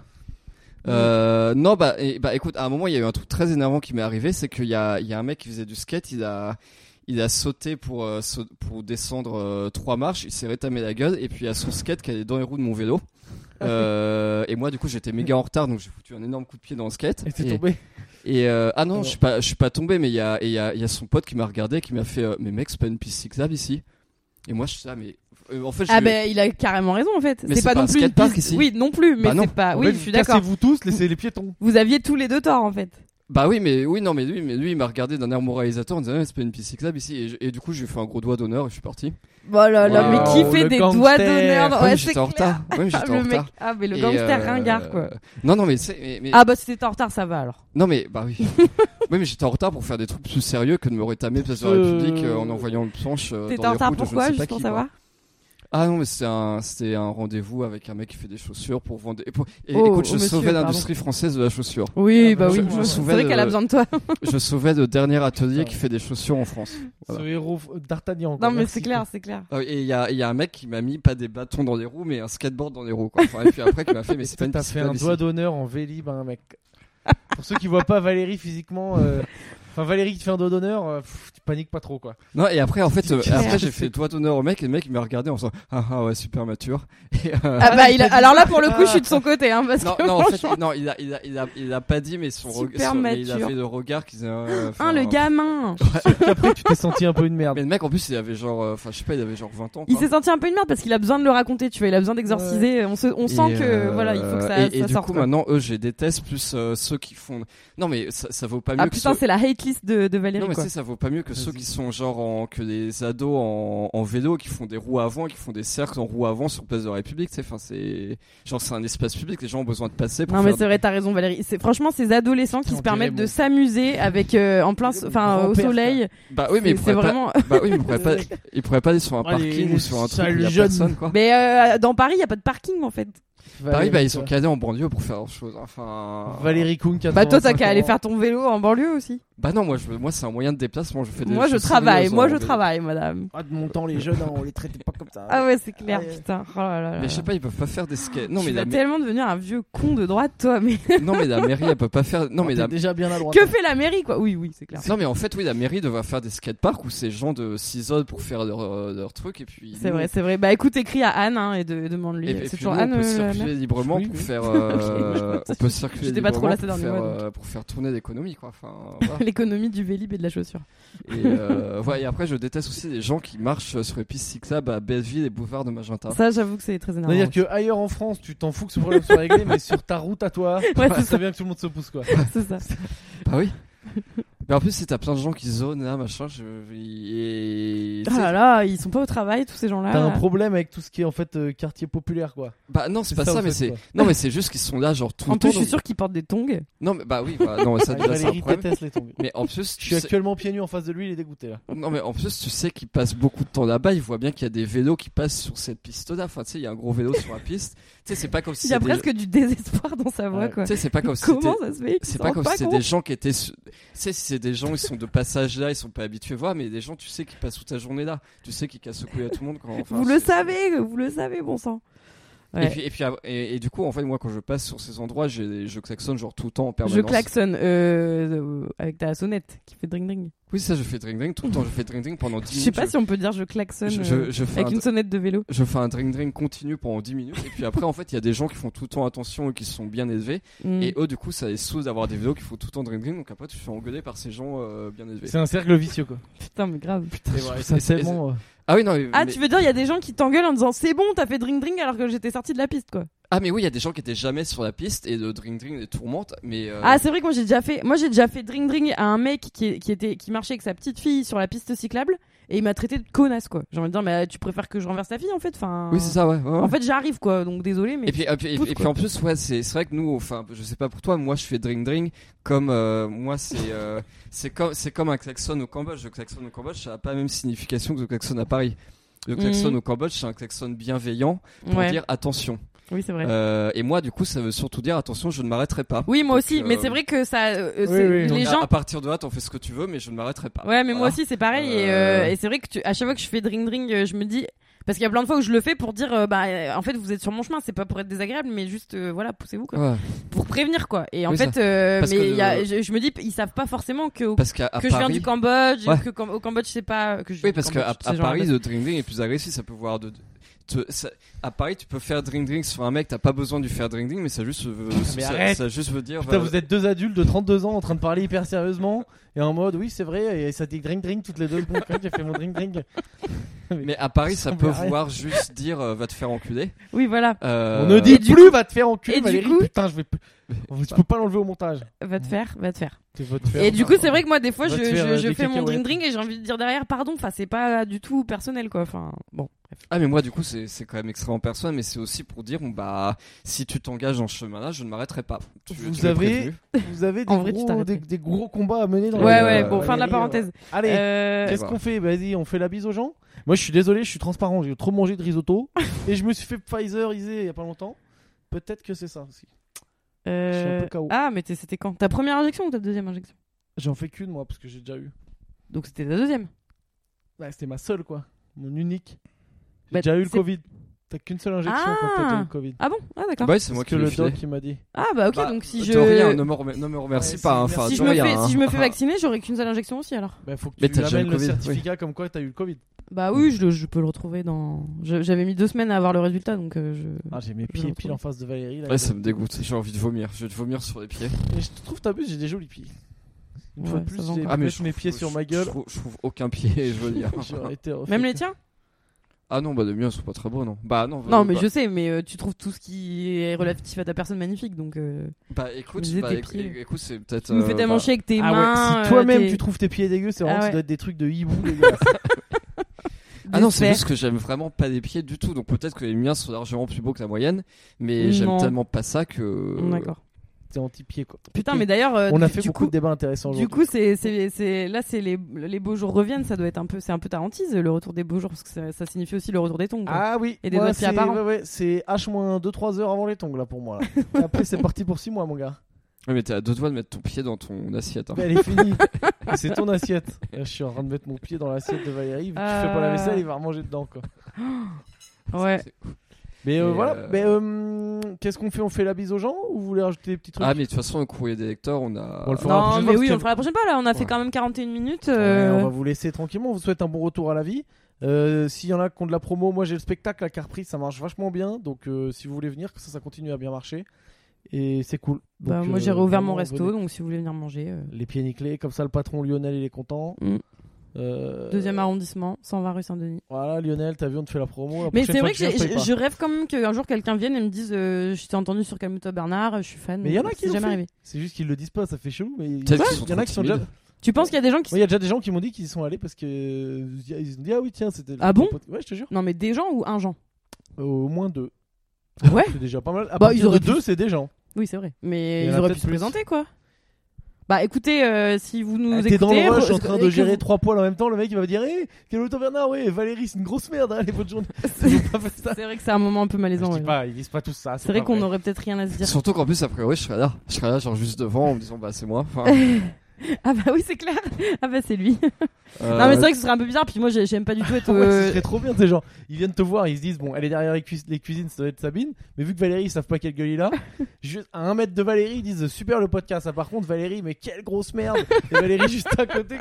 Euh, non bah et, bah écoute, à un moment il y a eu un truc très énervant qui m'est arrivé, c'est qu'il y a il y a un mec qui faisait du skate, il a il a sauté pour euh, sau- pour descendre euh, trois marches, il s'est rétamé la gueule et puis il y a son skate qui allait dans les roues de mon vélo. Euh, et moi, du coup, j'étais méga en retard, donc j'ai foutu un énorme coup de pied dans le skate. Et t'es tombé. Et euh, ah non, Alors. je suis pas, je suis pas tombé, mais il y a, il y a, il y a son pote qui m'a regardé, qui m'a fait, euh, mais mec, c'est pas une piste cyclable ici. Et moi, je suis là, mais euh, en fait, je Ah lui- ben il a carrément raison en fait. Mais C'est c'est pas pas non un plus une skatepark piste. ici. Oui, non plus, mais Bah non. c'est pas. En Oui, fait, je suis d'accord. Cassez-vous tous, laissez les piétons. Vous aviez tous les deux tort en fait. Bah oui, mais oui, non, mais lui, mais lui, il m'a regardé d'un air moralisateur en disant, ah, c'est pas une piste cyclable ici. Et, je- et du coup, je lui ai fait un gros doigt d'honneur et je suis parti. Voilà, là, Wow, mais qui fait le des gangster. doigts d'honneur dans- Ouais, Ouais, mais c'est j'étais en clair. retard. Ouais, mais Ah, j'étais en le mec, retard. ah mais le Et, gangster euh, ringard quoi. Non, non, mais c'est, mais, mais- Ah bah si t'étais en retard, ça va alors. non, mais bah oui. Oui, mais j'étais en retard pour faire des trucs plus sérieux que de me rétamer place de la Euh, République euh, en envoyant une planche euh, T'étais dans en les retard roues de je ne pourquoi, sais juste pas pour qui, savoir? quoi. Ah non, mais c'était un, c'était un rendez-vous avec un mec qui fait des chaussures pour vendre. Et, pour- et Oh, écoute, je oh, monsieur, sauvais pardon. l'industrie française de la chaussure. Oui, Ah, bah je- oui. je me C'est souviens vrai de- qu'elle a besoin de toi. Je sauvais le dernier atelier Ça qui va. fait des chaussures en France. Voilà. Ce héros d'Artagnan. quoi. Non mais Merci, c'est clair, quoi. c'est clair. Ah oui, Et il y a, il y a un mec qui m'a mis pas des bâtons dans les roues, mais un skateboard dans les roues. Quoi. Enfin, et puis après, qui m'a fait, mais c'est pas une T'as piste fait un cyclable doigt ici. d'honneur en Vélib à un mec. Pour ceux qui voient pas Valérie physiquement, euh, enfin Valérie qui te fait un doigt d'honneur, euh, pff, tu paniques pas trop quoi. Non, et après, en fait, euh, C'est clair. après, j'ai fait doigt d'honneur au mec, et le mec, il m'a regardé en disant, ah, ah ouais, super mature. Et, euh, Ah bah il il a... t'a dit alors là ça. pour le coup je suis de son côté hein parce non, que non, en fait, franchement- non, il a, il a, il a, il a pas dit, mais son Super regard, mais il mature. avait le regard qui disait, euh, Hein, enfin, le gamin. Après tu t'es senti un peu une merde. Mais le mec, en plus, il avait genre, euh, enfin, je sais pas, il avait genre vingt ans. Il quoi. s'est senti un peu une merde parce qu'il a besoin de le raconter, tu vois, il a besoin d'exorciser. On, se... on sent Et, que euh, voilà, il faut que ça, et, et ça du sorte. coup, quoi. maintenant, eux, je les déteste plus euh, ceux qui font. Non, mais ça, ça vaut pas mieux Ah que putain, ceux. c'est la hate list de, de Valérie Non, mais tu quoi. sais, ça vaut pas mieux que ceux Vas-y. qui sont genre en, que les ados en, en vélo qui font des roues avant et qui font des cercles en roues avant sur place de la République, tu sais, enfin, c'est, genre, c'est un espace public, les gens ont besoin de passer pour Non mais faire c'est vrai, t'as raison Valérie. C'est franchement ces adolescents qui On se permettent dirait de mon- s'amuser avec euh, en plein, Mon enfin au grand-père, soleil. Bah oui, mais ils C'est c'est pourraient pas, vraiment. bah oui, mais ils pourraient pas, ils pourraient pas aller sur un Ah, les- parking les ou sur un truc sales où il y a jeunes. personne, quoi. Mais euh, dans Paris, il y a pas de parking en fait. Paris, bah, ils sont quoi. cadés en banlieue pour faire autre chose, enfin. Valérie Kuhn, Bah toi t'as quatre-vingt-cinq qu'à aller ans. faire ton vélo en banlieue aussi. Bah non, moi, je, moi, c'est un moyen de déplacement, je fais des Moi je choses travaille, sérieuses moi en je vélo. travaille madame. Ah, de mon temps, les jeunes, hein, on les traitait pas comme ça. Ah ouais c'est clair Ouais. putain. Oh là là là. Mais je sais pas, ils peuvent pas faire des skates. Non, tu mais vas la, ma- tellement devenir un vieux con de droite toi mais. non, mais la mairie, elle peut pas faire, non, mais t'es la, déjà bien à droite. Que fait la mairie quoi? Oui oui c'est clair. non, mais en fait, oui, la mairie devrait faire des skateparks où ces gens de s'isolent pour faire leur, euh, leur truc et puis. C'est nous, vrai c'est vrai. Bah écoute écris à Anne hein, et de, demande-lui. Et, et C'est puis toujours nous, Anne. on peut euh, la circuler mère librement Oui, pour oui. faire, euh, on peut circuler J'étais pas trop librement là ces pour derniers faire, mois, euh, pour faire tourner l'économie, quoi. Enfin, voilà. L'économie du Vélib et de la chaussure. et, euh, ouais, et après, je déteste aussi les gens qui marchent sur les pistes cyclables à Belleville et boulevard de Magenta. Ça j'avoue que c'est très énervant. C'est-à-dire que ailleurs en France, tu t'en fous que ce problème soit réglé, mais sur ta route à toi, Ouais, c'est c'est bien que tout le monde se pousse quoi. c'est ça. Bah oui. Mais en plus, si t'as plein de gens qui zonent là, machin, je. Et... tu Ah sais- là là, ils sont pas au travail tous ces gens-là. T'as un là. problème avec tout ce qui est en fait euh, quartier populaire quoi. Bah non, c'est pas ça, ça, en mais fait, c'est. quoi. Non, mais c'est juste qu'ils sont là, genre tout En le plus, temps. je suis donc- sûr qu'ils portent des tongs. Non, mais bah oui, voilà, non, ça Ah, déjà c'est un Valérie problème. déteste les tongs. Mais en plus, Je tu suis sais... actuellement pieds nus en face de lui, il est dégoûté là. non, mais en plus, tu sais qu'ils passent beaucoup de temps là-bas. Ils voient bien qu'il y a des vélos qui passent sur cette piste-là. Enfin, tu sais, il y a un gros vélo sur la piste. Tu sais, c'est pas comme si Il y a c'était- presque du désespoir dans sa voix, Ouais. quoi. Tu sais, c'est pas comme si Comment c'était- ça se fait qu'ils C'est s'en pas rendent comme si c'était compte des gens qui étaient. su- Tu sais, si c'est des gens, ils sont de passage là, ils sont pas habitués à voir, mais des gens, tu sais, qui passent toute la journée là. Tu sais, qui cassent le couille à tout le monde quand. enfin, Vous le c'est- savez, vous le savez, bon sang. Ouais. Et puis, et puis, et, et du coup, en fait, moi, quand je passe sur ces endroits, j'ai, je klaxonne genre tout le temps en permanence. Je klaxonne euh, euh, avec ta sonnette qui fait dring dring. Oui, ça, je fais drink drink tout le temps. Je fais drink drink pendant dix Je minutes. sais pas si on peut dire je klaxonne je, euh, je, je fais avec un- une sonnette de vélo. Je fais un drink drink continu pendant dix minutes et puis après en fait il y a des gens qui font tout le temps attention et qui sont bien élevés Mm. et eux du coup ça les saoule d'avoir des vélos qui font tout le temps drink drink donc après tu te fais engueuler par ces gens euh, bien élevés. C'est un cercle vicieux quoi. Putain, mais grave. Et voilà, et c'est c'est- tellement. euh, Ah oui non mais, Ah, mais- tu veux dire, il y a des gens qui t'engueulent en disant c'est bon, t'as fait drink drink alors que j'étais sorti de la piste, quoi. ah mais oui il y a des gens qui étaient jamais sur la piste et le drink drink les tourmente mais euh, Ah, c'est vrai que moi j'ai déjà fait, moi j'ai déjà fait drink drink à un mec qui, qui était, qui marchait avec sa petite fille sur la piste cyclable et il m'a traité de connasse, quoi. J'ai envie de dire, mais tu préfères que je renverse ta fille en fait, enfin. oui c'est ça ouais, ouais, ouais. En fait, j'arrive, quoi, donc désolé, mais. Et puis, et puis, et pousse, puis quoi. en plus, ouais, c'est c'est vrai que nous, enfin, je sais pas pour toi, moi je fais drink drink comme euh, moi c'est euh, c'est comme c'est comme un klaxon au Cambodge. Le klaxon au Cambodge, ça a pas la même signification que le klaxon à Paris. Le klaxon Mhm. au Cambodge, c'est un klaxon bienveillant pour Ouais. dire attention. Oui, c'est vrai. Euh, et moi, du coup, ça veut surtout dire attention, je ne m'arrêterai pas. Oui, moi Donc, aussi, euh, mais c'est vrai que ça, euh, oui, c'est- oui. les donc, à- gens. à partir de là, t'en fais ce que tu veux, mais je ne m'arrêterai pas. Ouais, mais moi Voilà. aussi c'est pareil et, Euh, euh, et c'est vrai que tu, à chaque fois que je fais drink drink, euh, je me dis parce qu'il y a plein de fois où je le fais pour dire euh, bah euh, en fait vous êtes sur mon chemin, c'est pas pour être désagréable, mais juste euh, voilà poussez-vous quoi, Ouais. pour prévenir quoi. Et en Oui, fait, euh, Parce mais que il y a, le- je, je me dis ils savent pas forcément que Parce qu'à à que je viens Paris, du Cambodge, Ouais. que Cam- au Cambodge c'est pas que je viens oui, du parce Cambodge, qu'à ces à gens-là. Paris, le drink drink est plus agressif. Ça peut voir de. te, ça, à Paris, tu peux faire drink drink sur un mec, t'as pas besoin de lui faire drink drink, mais ça juste veut, Mais ça, arrête. ça juste veut dire. Putain, bah, vous êtes deux adultes de trente-deux ans en train de parler hyper sérieusement et en mode oui, c'est vrai, et ça dit drink drink toutes les deux secondes. Quand j'ai fait mon drink drink. Mais à Paris, ça Ça peut me fait vouloir juste dire euh, va te faire enculer. Oui, voilà. Euh, On ne Et dit du plus coup- va te faire enculer, et du Valérie. coup- Putain, je vais. p- Je peux pas l'enlever au montage. Va te faire, va te faire. Tu vas te faire- Et du coup, c'est vrai que moi, des fois, Va je, te faire, je, euh, je des fais mon cacahuètes. drink drink et j'ai envie de dire derrière, pardon. Enfin, c'est pas du tout personnel, quoi. Enfin, bon. Bref. Ah mais moi du coup c'est c'est quand même extrêmement personnel, mais c'est aussi pour dire bon, bah si tu t'engages dans ce chemin-là, je ne m'arrêterai pas. Tu- Vous tu m'as avez- prévenu. Vous avez des, En vrai, tu gros, t'arrêterais. des, des gros combats à mener dans Ouais, la- ouais. euh, Bon, fin de la Valérie, parenthèse. euh, Allez, Euh, qu'est-ce voilà. qu'on fait? Vas-y, on fait la bise aux gens. Moi, je suis désolé, je suis transparent. J'ai trop mangé de risotto et je me suis fait Pfizer-isé il y a pas longtemps. Peut-être que c'est ça aussi. euh, Je suis un peu K O. Ah, mais t'es- c'était quand? Ta première injection ou ta deuxième injection? J'en fais qu'une moi parce que j'ai déjà eu. Donc c'était ta deuxième. Ouais, c'était ma seule quoi, mon unique. J'ai Bah, déjà eu le c'est- Covid. T'as qu'une seule injection Ah. quand t'as déjà eu le Covid. Ah bon? Ah d'accord. Bah oui, c'est moi C'est qui que le le filé. doc qui m'a dit. Ah bah ok, Bah, donc si de je rien, ne me, rem- ne me remercie Ouais, pas. c'est- hein, Enfin, si de je me rien, fais hein. si je me fais vacciner, j'aurai qu'une seule injection aussi alors. Bah faut que Mais tu t'as déjà amènes eu le le Covid, certificat comme quoi t'as eu le Covid. Bah oui, je, le- je peux le retrouver dans. je- J'avais mis deux semaines à avoir le résultat, donc euh, je. Ah, j'ai mes Je pieds le pile retrouve. en face de Valérie. Là, Ouais, ça me dégoûte. J'ai envie de vomir. Je vais te vomir sur les pieds. Et je trouve t'abuses, j'ai des jolis pieds. Une fois Ouais, de plus, ça va j'ai encore. Ah mais mettre je mes trouve- pieds je- sur ma je gueule. trouve- Je trouve aucun pied, je veux dire. J'aurais été refait. Même les tiens? Ah non, bah les miens sont pas très beaux, non. Bah non. Non, euh, mais bah, je sais, mais euh, tu trouves tout ce qui est relatif à ta personne magnifique, donc. Euh... Bah écoute, Disais bah, tes éc- pieds. écoute, c'est peut-être. Tu me fais euh, tellement bah, chier avec tes Ah mains. ouais, si toi-même euh, tes- tu trouves tes pieds dégueux, c'est vraiment Ah que ça ouais. doit être des trucs de hibou dégueulasses. Ah non, c'est d'espère. juste que j'aime vraiment pas les pieds du tout. Donc peut-être que les miens sont largement plus beaux que la moyenne, mais j'aime Non. tellement pas ça que. D'accord. T'es anti-pied quoi. Putain, Ok. mais d'ailleurs. euh, On a du- fait du beaucoup coup, de débats intéressants Du aujourd'hui. coup, c'est, c'est, c'est, là, c'est les, les beaux jours reviennent. Ça doit être un peu, c'est un peu ta hantise, le retour des beaux jours, parce que ça, ça signifie aussi le retour des tongs. quoi. Ah oui, Et des moi, doigts de pied c'est apparents. ouais, ouais, c'est H deux trois heures avant les tongs là pour moi. Là. Et après c'est parti pour six mois mon gars. Ouais, mais t'es à deux doigts de mettre ton pied dans ton assiette. hein. Mais elle est finie. Et c'est ton assiette. Là, je suis en train de mettre mon pied dans l'assiette de Valérie. Vu que tu fais pas la vaisselle, il va remanger dedans quoi. Ouais. C'est- Mais euh, Et voilà. euh, Mais euh, qu'est-ce qu'on fait? On fait la bise aux gens ou vous voulez rajouter des petits trucs? Ah, mais de toute façon, au courrier des lecteurs, on a. On le fera la Non, prochaine mais fois, oui, parce on le fera la prochaine fois. Là, on a fait Ouais. quand même quarante et une minutes. Ouais, euh, on va vous laisser tranquillement. On vous souhaite un bon retour à la vie. Euh, S'il y en a qui ont de la promo, moi j'ai le spectacle à Carprix, ça marche vachement bien. Donc euh, si vous voulez venir, que ça, ça continue à bien marcher. Et c'est cool. Bah, Donc, moi, euh, j'ai réouvert vraiment, mon resto, venez. donc si vous voulez venir manger. euh, Les pieds nickelés, comme ça le patron Lionel il est content. Mm. Euh, Deuxième arrondissement, cent vingt rue Saint-Denis. Voilà, Lionel, t'as vu, on te fait la promo. La Mais prochaine c'est fois vrai que je viens, j'ai- je paye je, pas. je rêve quand même qu'un jour quelqu'un vienne et me dise euh, je t'ai entendu sur Calme-toi Bernard, je suis fan. Mais il y en a C'est qui l'ont jamais fait. arrivé. C'est juste qu'ils le disent pas, ça fait chelou. Mais il y Peut-être en a- qu'ils sont il y en a trop qui sont déjà. timides. Tu penses qu'il y a des gens qui. Ouais, il y a déjà des gens qui m'ont dit qu'ils y sont allés parce que euh, ils ont dit ah oui tiens c'était. le- Ah bon Ouais, je te jure. Non, mais des gens ou un gens? Euh, Au moins deux. Ouais. C'est déjà pas mal. À Bah, partir ils auraient de pu- deux, c'est des gens. Oui, c'est vrai. Mais Il y en ils a auraient peut-être pu se plus. présenter, quoi. Bah écoutez, euh, si vous nous Ah, écoutez. T'es dans le rush re- en train et de que gérer vous- trois poils en même temps, le mec il va me dire hé, quel auto Bernard, ouais, Valérie c'est une grosse merde, hein, allez, bonne journée. Ils ont pas fait ça. C'est vrai que c'est un moment un peu Je malaisant. dis ouais. pas, ils disent pas tout ça. C'est vrai pas qu'on aurait peut-être rien à se dire. Surtout qu'en plus, a priori, je serais là. Je serais là, genre juste devant, en me disant, bah, c'est moi. Enfin, Ah bah oui, c'est clair. Ah bah c'est lui. euh, Non mais c'est vrai que ce serait un peu bizarre. Puis moi j'ai- j'aime pas du tout être. Ouais, euh, ce serait trop bien, ces gens. Ils viennent te voir, ils se disent bon, elle est derrière les, cuis- les cuisines, ça doit être Sabine. Mais vu que Valérie, ils savent pas quelle gueule il a, juste à un mètre de Valérie, ils disent super le podcast. Ah, par contre, Valérie, mais quelle grosse merde. Et Valérie juste à côté.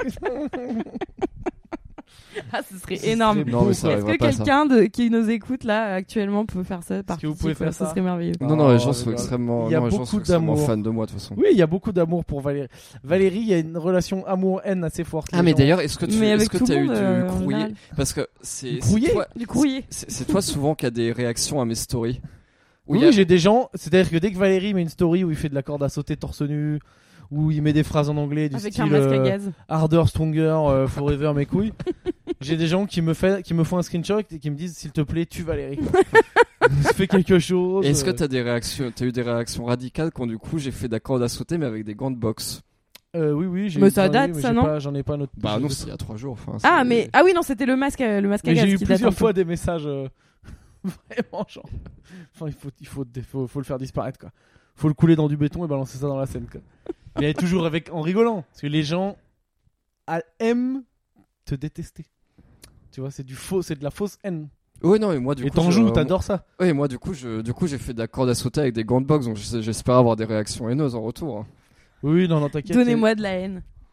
Ah, ce serait Ce serait énorme. Non, mais ça Est-ce arrivera que pas, ça. quelqu'un de... qui nous écoute là actuellement peut faire ça par que vous pitié, pouvez quoi, faire Ce ça serait merveilleux. Non, non, les Oh, gens sont les gars. extrêmement, Il y a non, les gens beaucoup sont extrêmement d'amour. fans de moi, de toute façon. Oui, il y a beaucoup d'amour pour Valérie. Valérie, il y a une relation amour-haine assez forte. Ah, Les mais gens- d'ailleurs, est-ce que tu, Mais est-ce avec que tout t'as le eu monde, du euh, en courrier? général. Parce que c'est, Du c'est courrier toi, Du courrier. c'est, c'est toi souvent qui a des réactions à mes stories. Où Oui, il y a- j'ai des gens. C'est-à-dire que dès que Valérie met une story où il fait de la corde à sauter torse nu, où il met des phrases en anglais du Avec style un masque à euh, gaz. harder, stronger, euh, forever, mes couilles. J'ai des gens qui me, fait, qui me font un screenshot et qui me disent s'il te plaît, tue Valérie. Fais quelque chose. Est-ce que euh. t'as des réactions, t'as eu des réactions radicales quand du coup j'ai fait de la corde à sauter mais avec des gants de boxe? Euh, oui, oui, j'ai Mais eu ça plein date, de- mais ça, j'ai non pas- J'en ai pas notre. Bah j'ai non, des- c'est il y a trois jours. Enfin, Ah c'est- mais ah oui non c'était le masque euh, le masque à Mais gaz j'ai eu qui date un plusieurs peu. fois des messages. euh, Vraiment, genre. Enfin, il faut, il faut, faut, faut le faire disparaître, quoi. Faut le couler dans du béton et balancer ça dans la Seine, quoi. Mais toujours avec, en rigolant. Parce que les gens a- aiment te détester. Tu vois, c'est du faux, c'est de la fausse haine. Ouais, non, mais moi du Et coup. t'en je- joues, t'adores ça. Ouais, moi du coup, je, du coup, j'ai fait de la corde à sauter avec des gants de boxe, donc j'es- j'espère avoir des réactions haineuses en retour. hein. Oui, non, non, t'inquiète. Donnez-moi de la haine.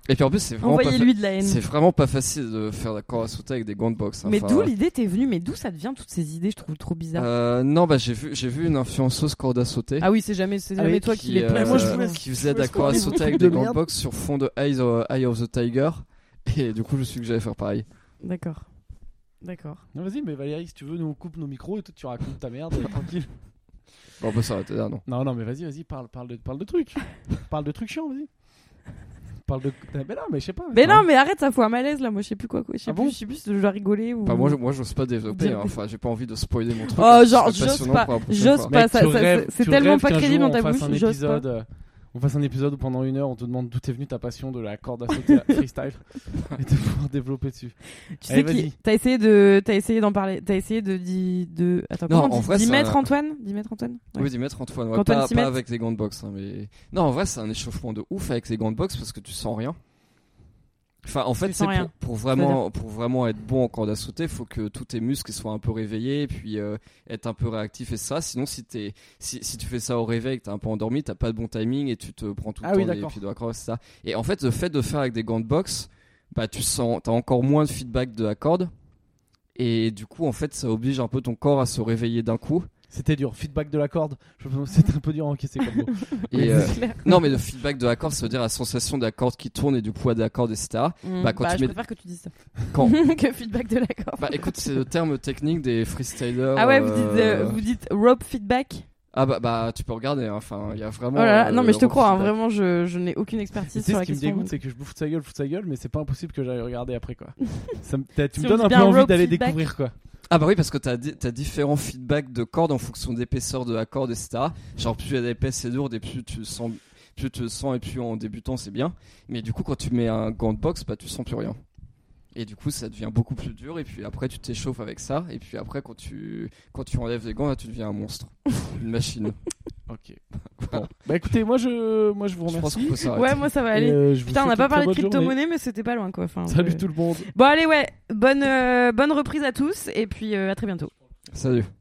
Et puis en plus, c'est vraiment, pas, fa- Envoyez-lui de la haine. c'est vraiment pas facile de faire la corde à sauter avec des gants de boxe. hein. Mais Enfin, d'où l'idée t'es venue Mais d'où ça devient toutes ces idées Je trouve trop bizarre. euh, Non, bah j'ai vu, j'ai vu une influenceuse corde à sauter. Ah oui, c'est jamais, c'est Ah jamais oui, toi qui, qui les euh, plains. moi, je vous euh, laisse- qui faisait je de vous la laisse corde à parler, sauter vous, avec truc des de gants de merde. boxe sur fond de Eye of, Eye of the Tiger. Et du coup, je suis que j'allais faire pareil. D'accord. D'accord. Non, vas-y, mais Valérie, si tu veux, nous on coupe nos micros et toi tu racontes ta merde, euh, tranquille. Bon, on peut s'arrêter là, non? Non, non, mais vas-y, vas-y, parle, parle, de, parle de trucs. Parle de trucs chiants, vas-y. Parle de. Mais non, mais je sais pas. Mais vas-y. non, mais arrête, ça fout un malaise là. Moi, je sais plus quoi. quoi. Je sais Ah plus, bon je sais plus si je dois rigoler ou. Enfin, moi, je- moi, j'ose pas développer. Dire- hein. Enfin, j'ai pas envie de spoiler mon truc. Oh, Ce genre, serait j'ose passionnant pas. pour la prochaine J'ose fois. pas. Mec, ça- tu ça- rêves- c'est tu tellement rêves pas qu'un crédible jour, dans ta on fasse bouche, un j'ose épisode, euh, On fasse un épisode où pendant une heure on te demande d'où est venue ta passion de la corde à sauter à freestyle et de pouvoir développer dessus. Tu Allez, sais qui vas-y. t'as essayé de t'as essayé d'en parler, t'as essayé de d'y- de attends Non, comment on en dit vrai, d'y c'est mettre un- Antoine, d'y mettre Antoine. Ouais. Oui, d'y mettre Antoine. Ouais, Qu'Antoine pas, s'y pas mette. avec les gants de boxe. hein, mais... Non, en vrai, c'est un échauffement de ouf avec les gants de boxe parce que tu sens rien. Enfin, en fait, Tu c'est sens rien. pour, pour vraiment, pour vraiment être bon en corde à sauter, il faut que tous tes muscles soient un peu réveillés et puis euh, être un peu réactif et ça. Sinon, si, t'es, si, si tu fais ça au réveil et que t'es un peu endormi, t'as pas de bon timing et tu te prends tout le Ah oui, temps des d'accord. pieds de la corde, c'est ça. Et en fait, le fait de faire avec des gants de boxe, bah, tu sens, t'as encore moins de feedback de la corde. Et du coup, en fait, ça oblige un peu ton corps à se réveiller d'un coup. C'était dur. Feedback de la corde. Je pense que C'était un peu dur à encaisser comme mot. Et, euh, C'est clair. non, mais le feedback de la corde, ça veut dire la sensation de la corde qui tourne et du poids de la corde, et cetera. Mm. bah, quand tu je mets- préfère que tu dises ça. Quand que feedback de la corde. Bah écoute, c'est le terme technique des freestylers. Ah ouais, vous euh, dites euh, vous dites rope feedback. Ah bah, bah tu peux regarder, hein. Enfin, il y a vraiment. Oh là là, euh, non mais je te rope crois, hein, feedback. vraiment je, je n'ai aucune Tu expertise sais, sur ce la qui me question. dégoûte, c'est que je bouffe de sa gueule, bouffe de sa gueule, mais c'est pas impossible que j'aille regarder après quoi. Ça me, t'as- tu Si me on donnes dit un peu bien envie rope d'aller feedback. découvrir quoi. Ah bah oui, parce que t'as, di- t'as différents feedbacks de corde en fonction de l'épaisseur de la corde, et cetera. Genre plus elle est épaisse et lourde et plus tu le sens, plus tu le sens et plus en débutant c'est bien. Mais du coup quand tu mets un gant de boxe, bah tu sens plus rien. Et du coup ça devient beaucoup plus dur et puis après tu t'échauffes avec ça et puis après quand tu quand tu enlèves les gants là tu deviens un monstre, une machine. Ok. Bon. Bah écoutez, moi je, moi je vous Je pense qu'on remercie. peut s'arrêter. Ouais, moi ça va Et, aller. euh, je vous Putain, on n'a souhaite pas une parlé de très bonne journée. crypto-monnaie, mais c'était pas loin quoi. Enfin, Salut ouais. tout le monde. Bon allez ouais, bonne euh, bonne reprise à tous et puis euh, à très bientôt. Salut.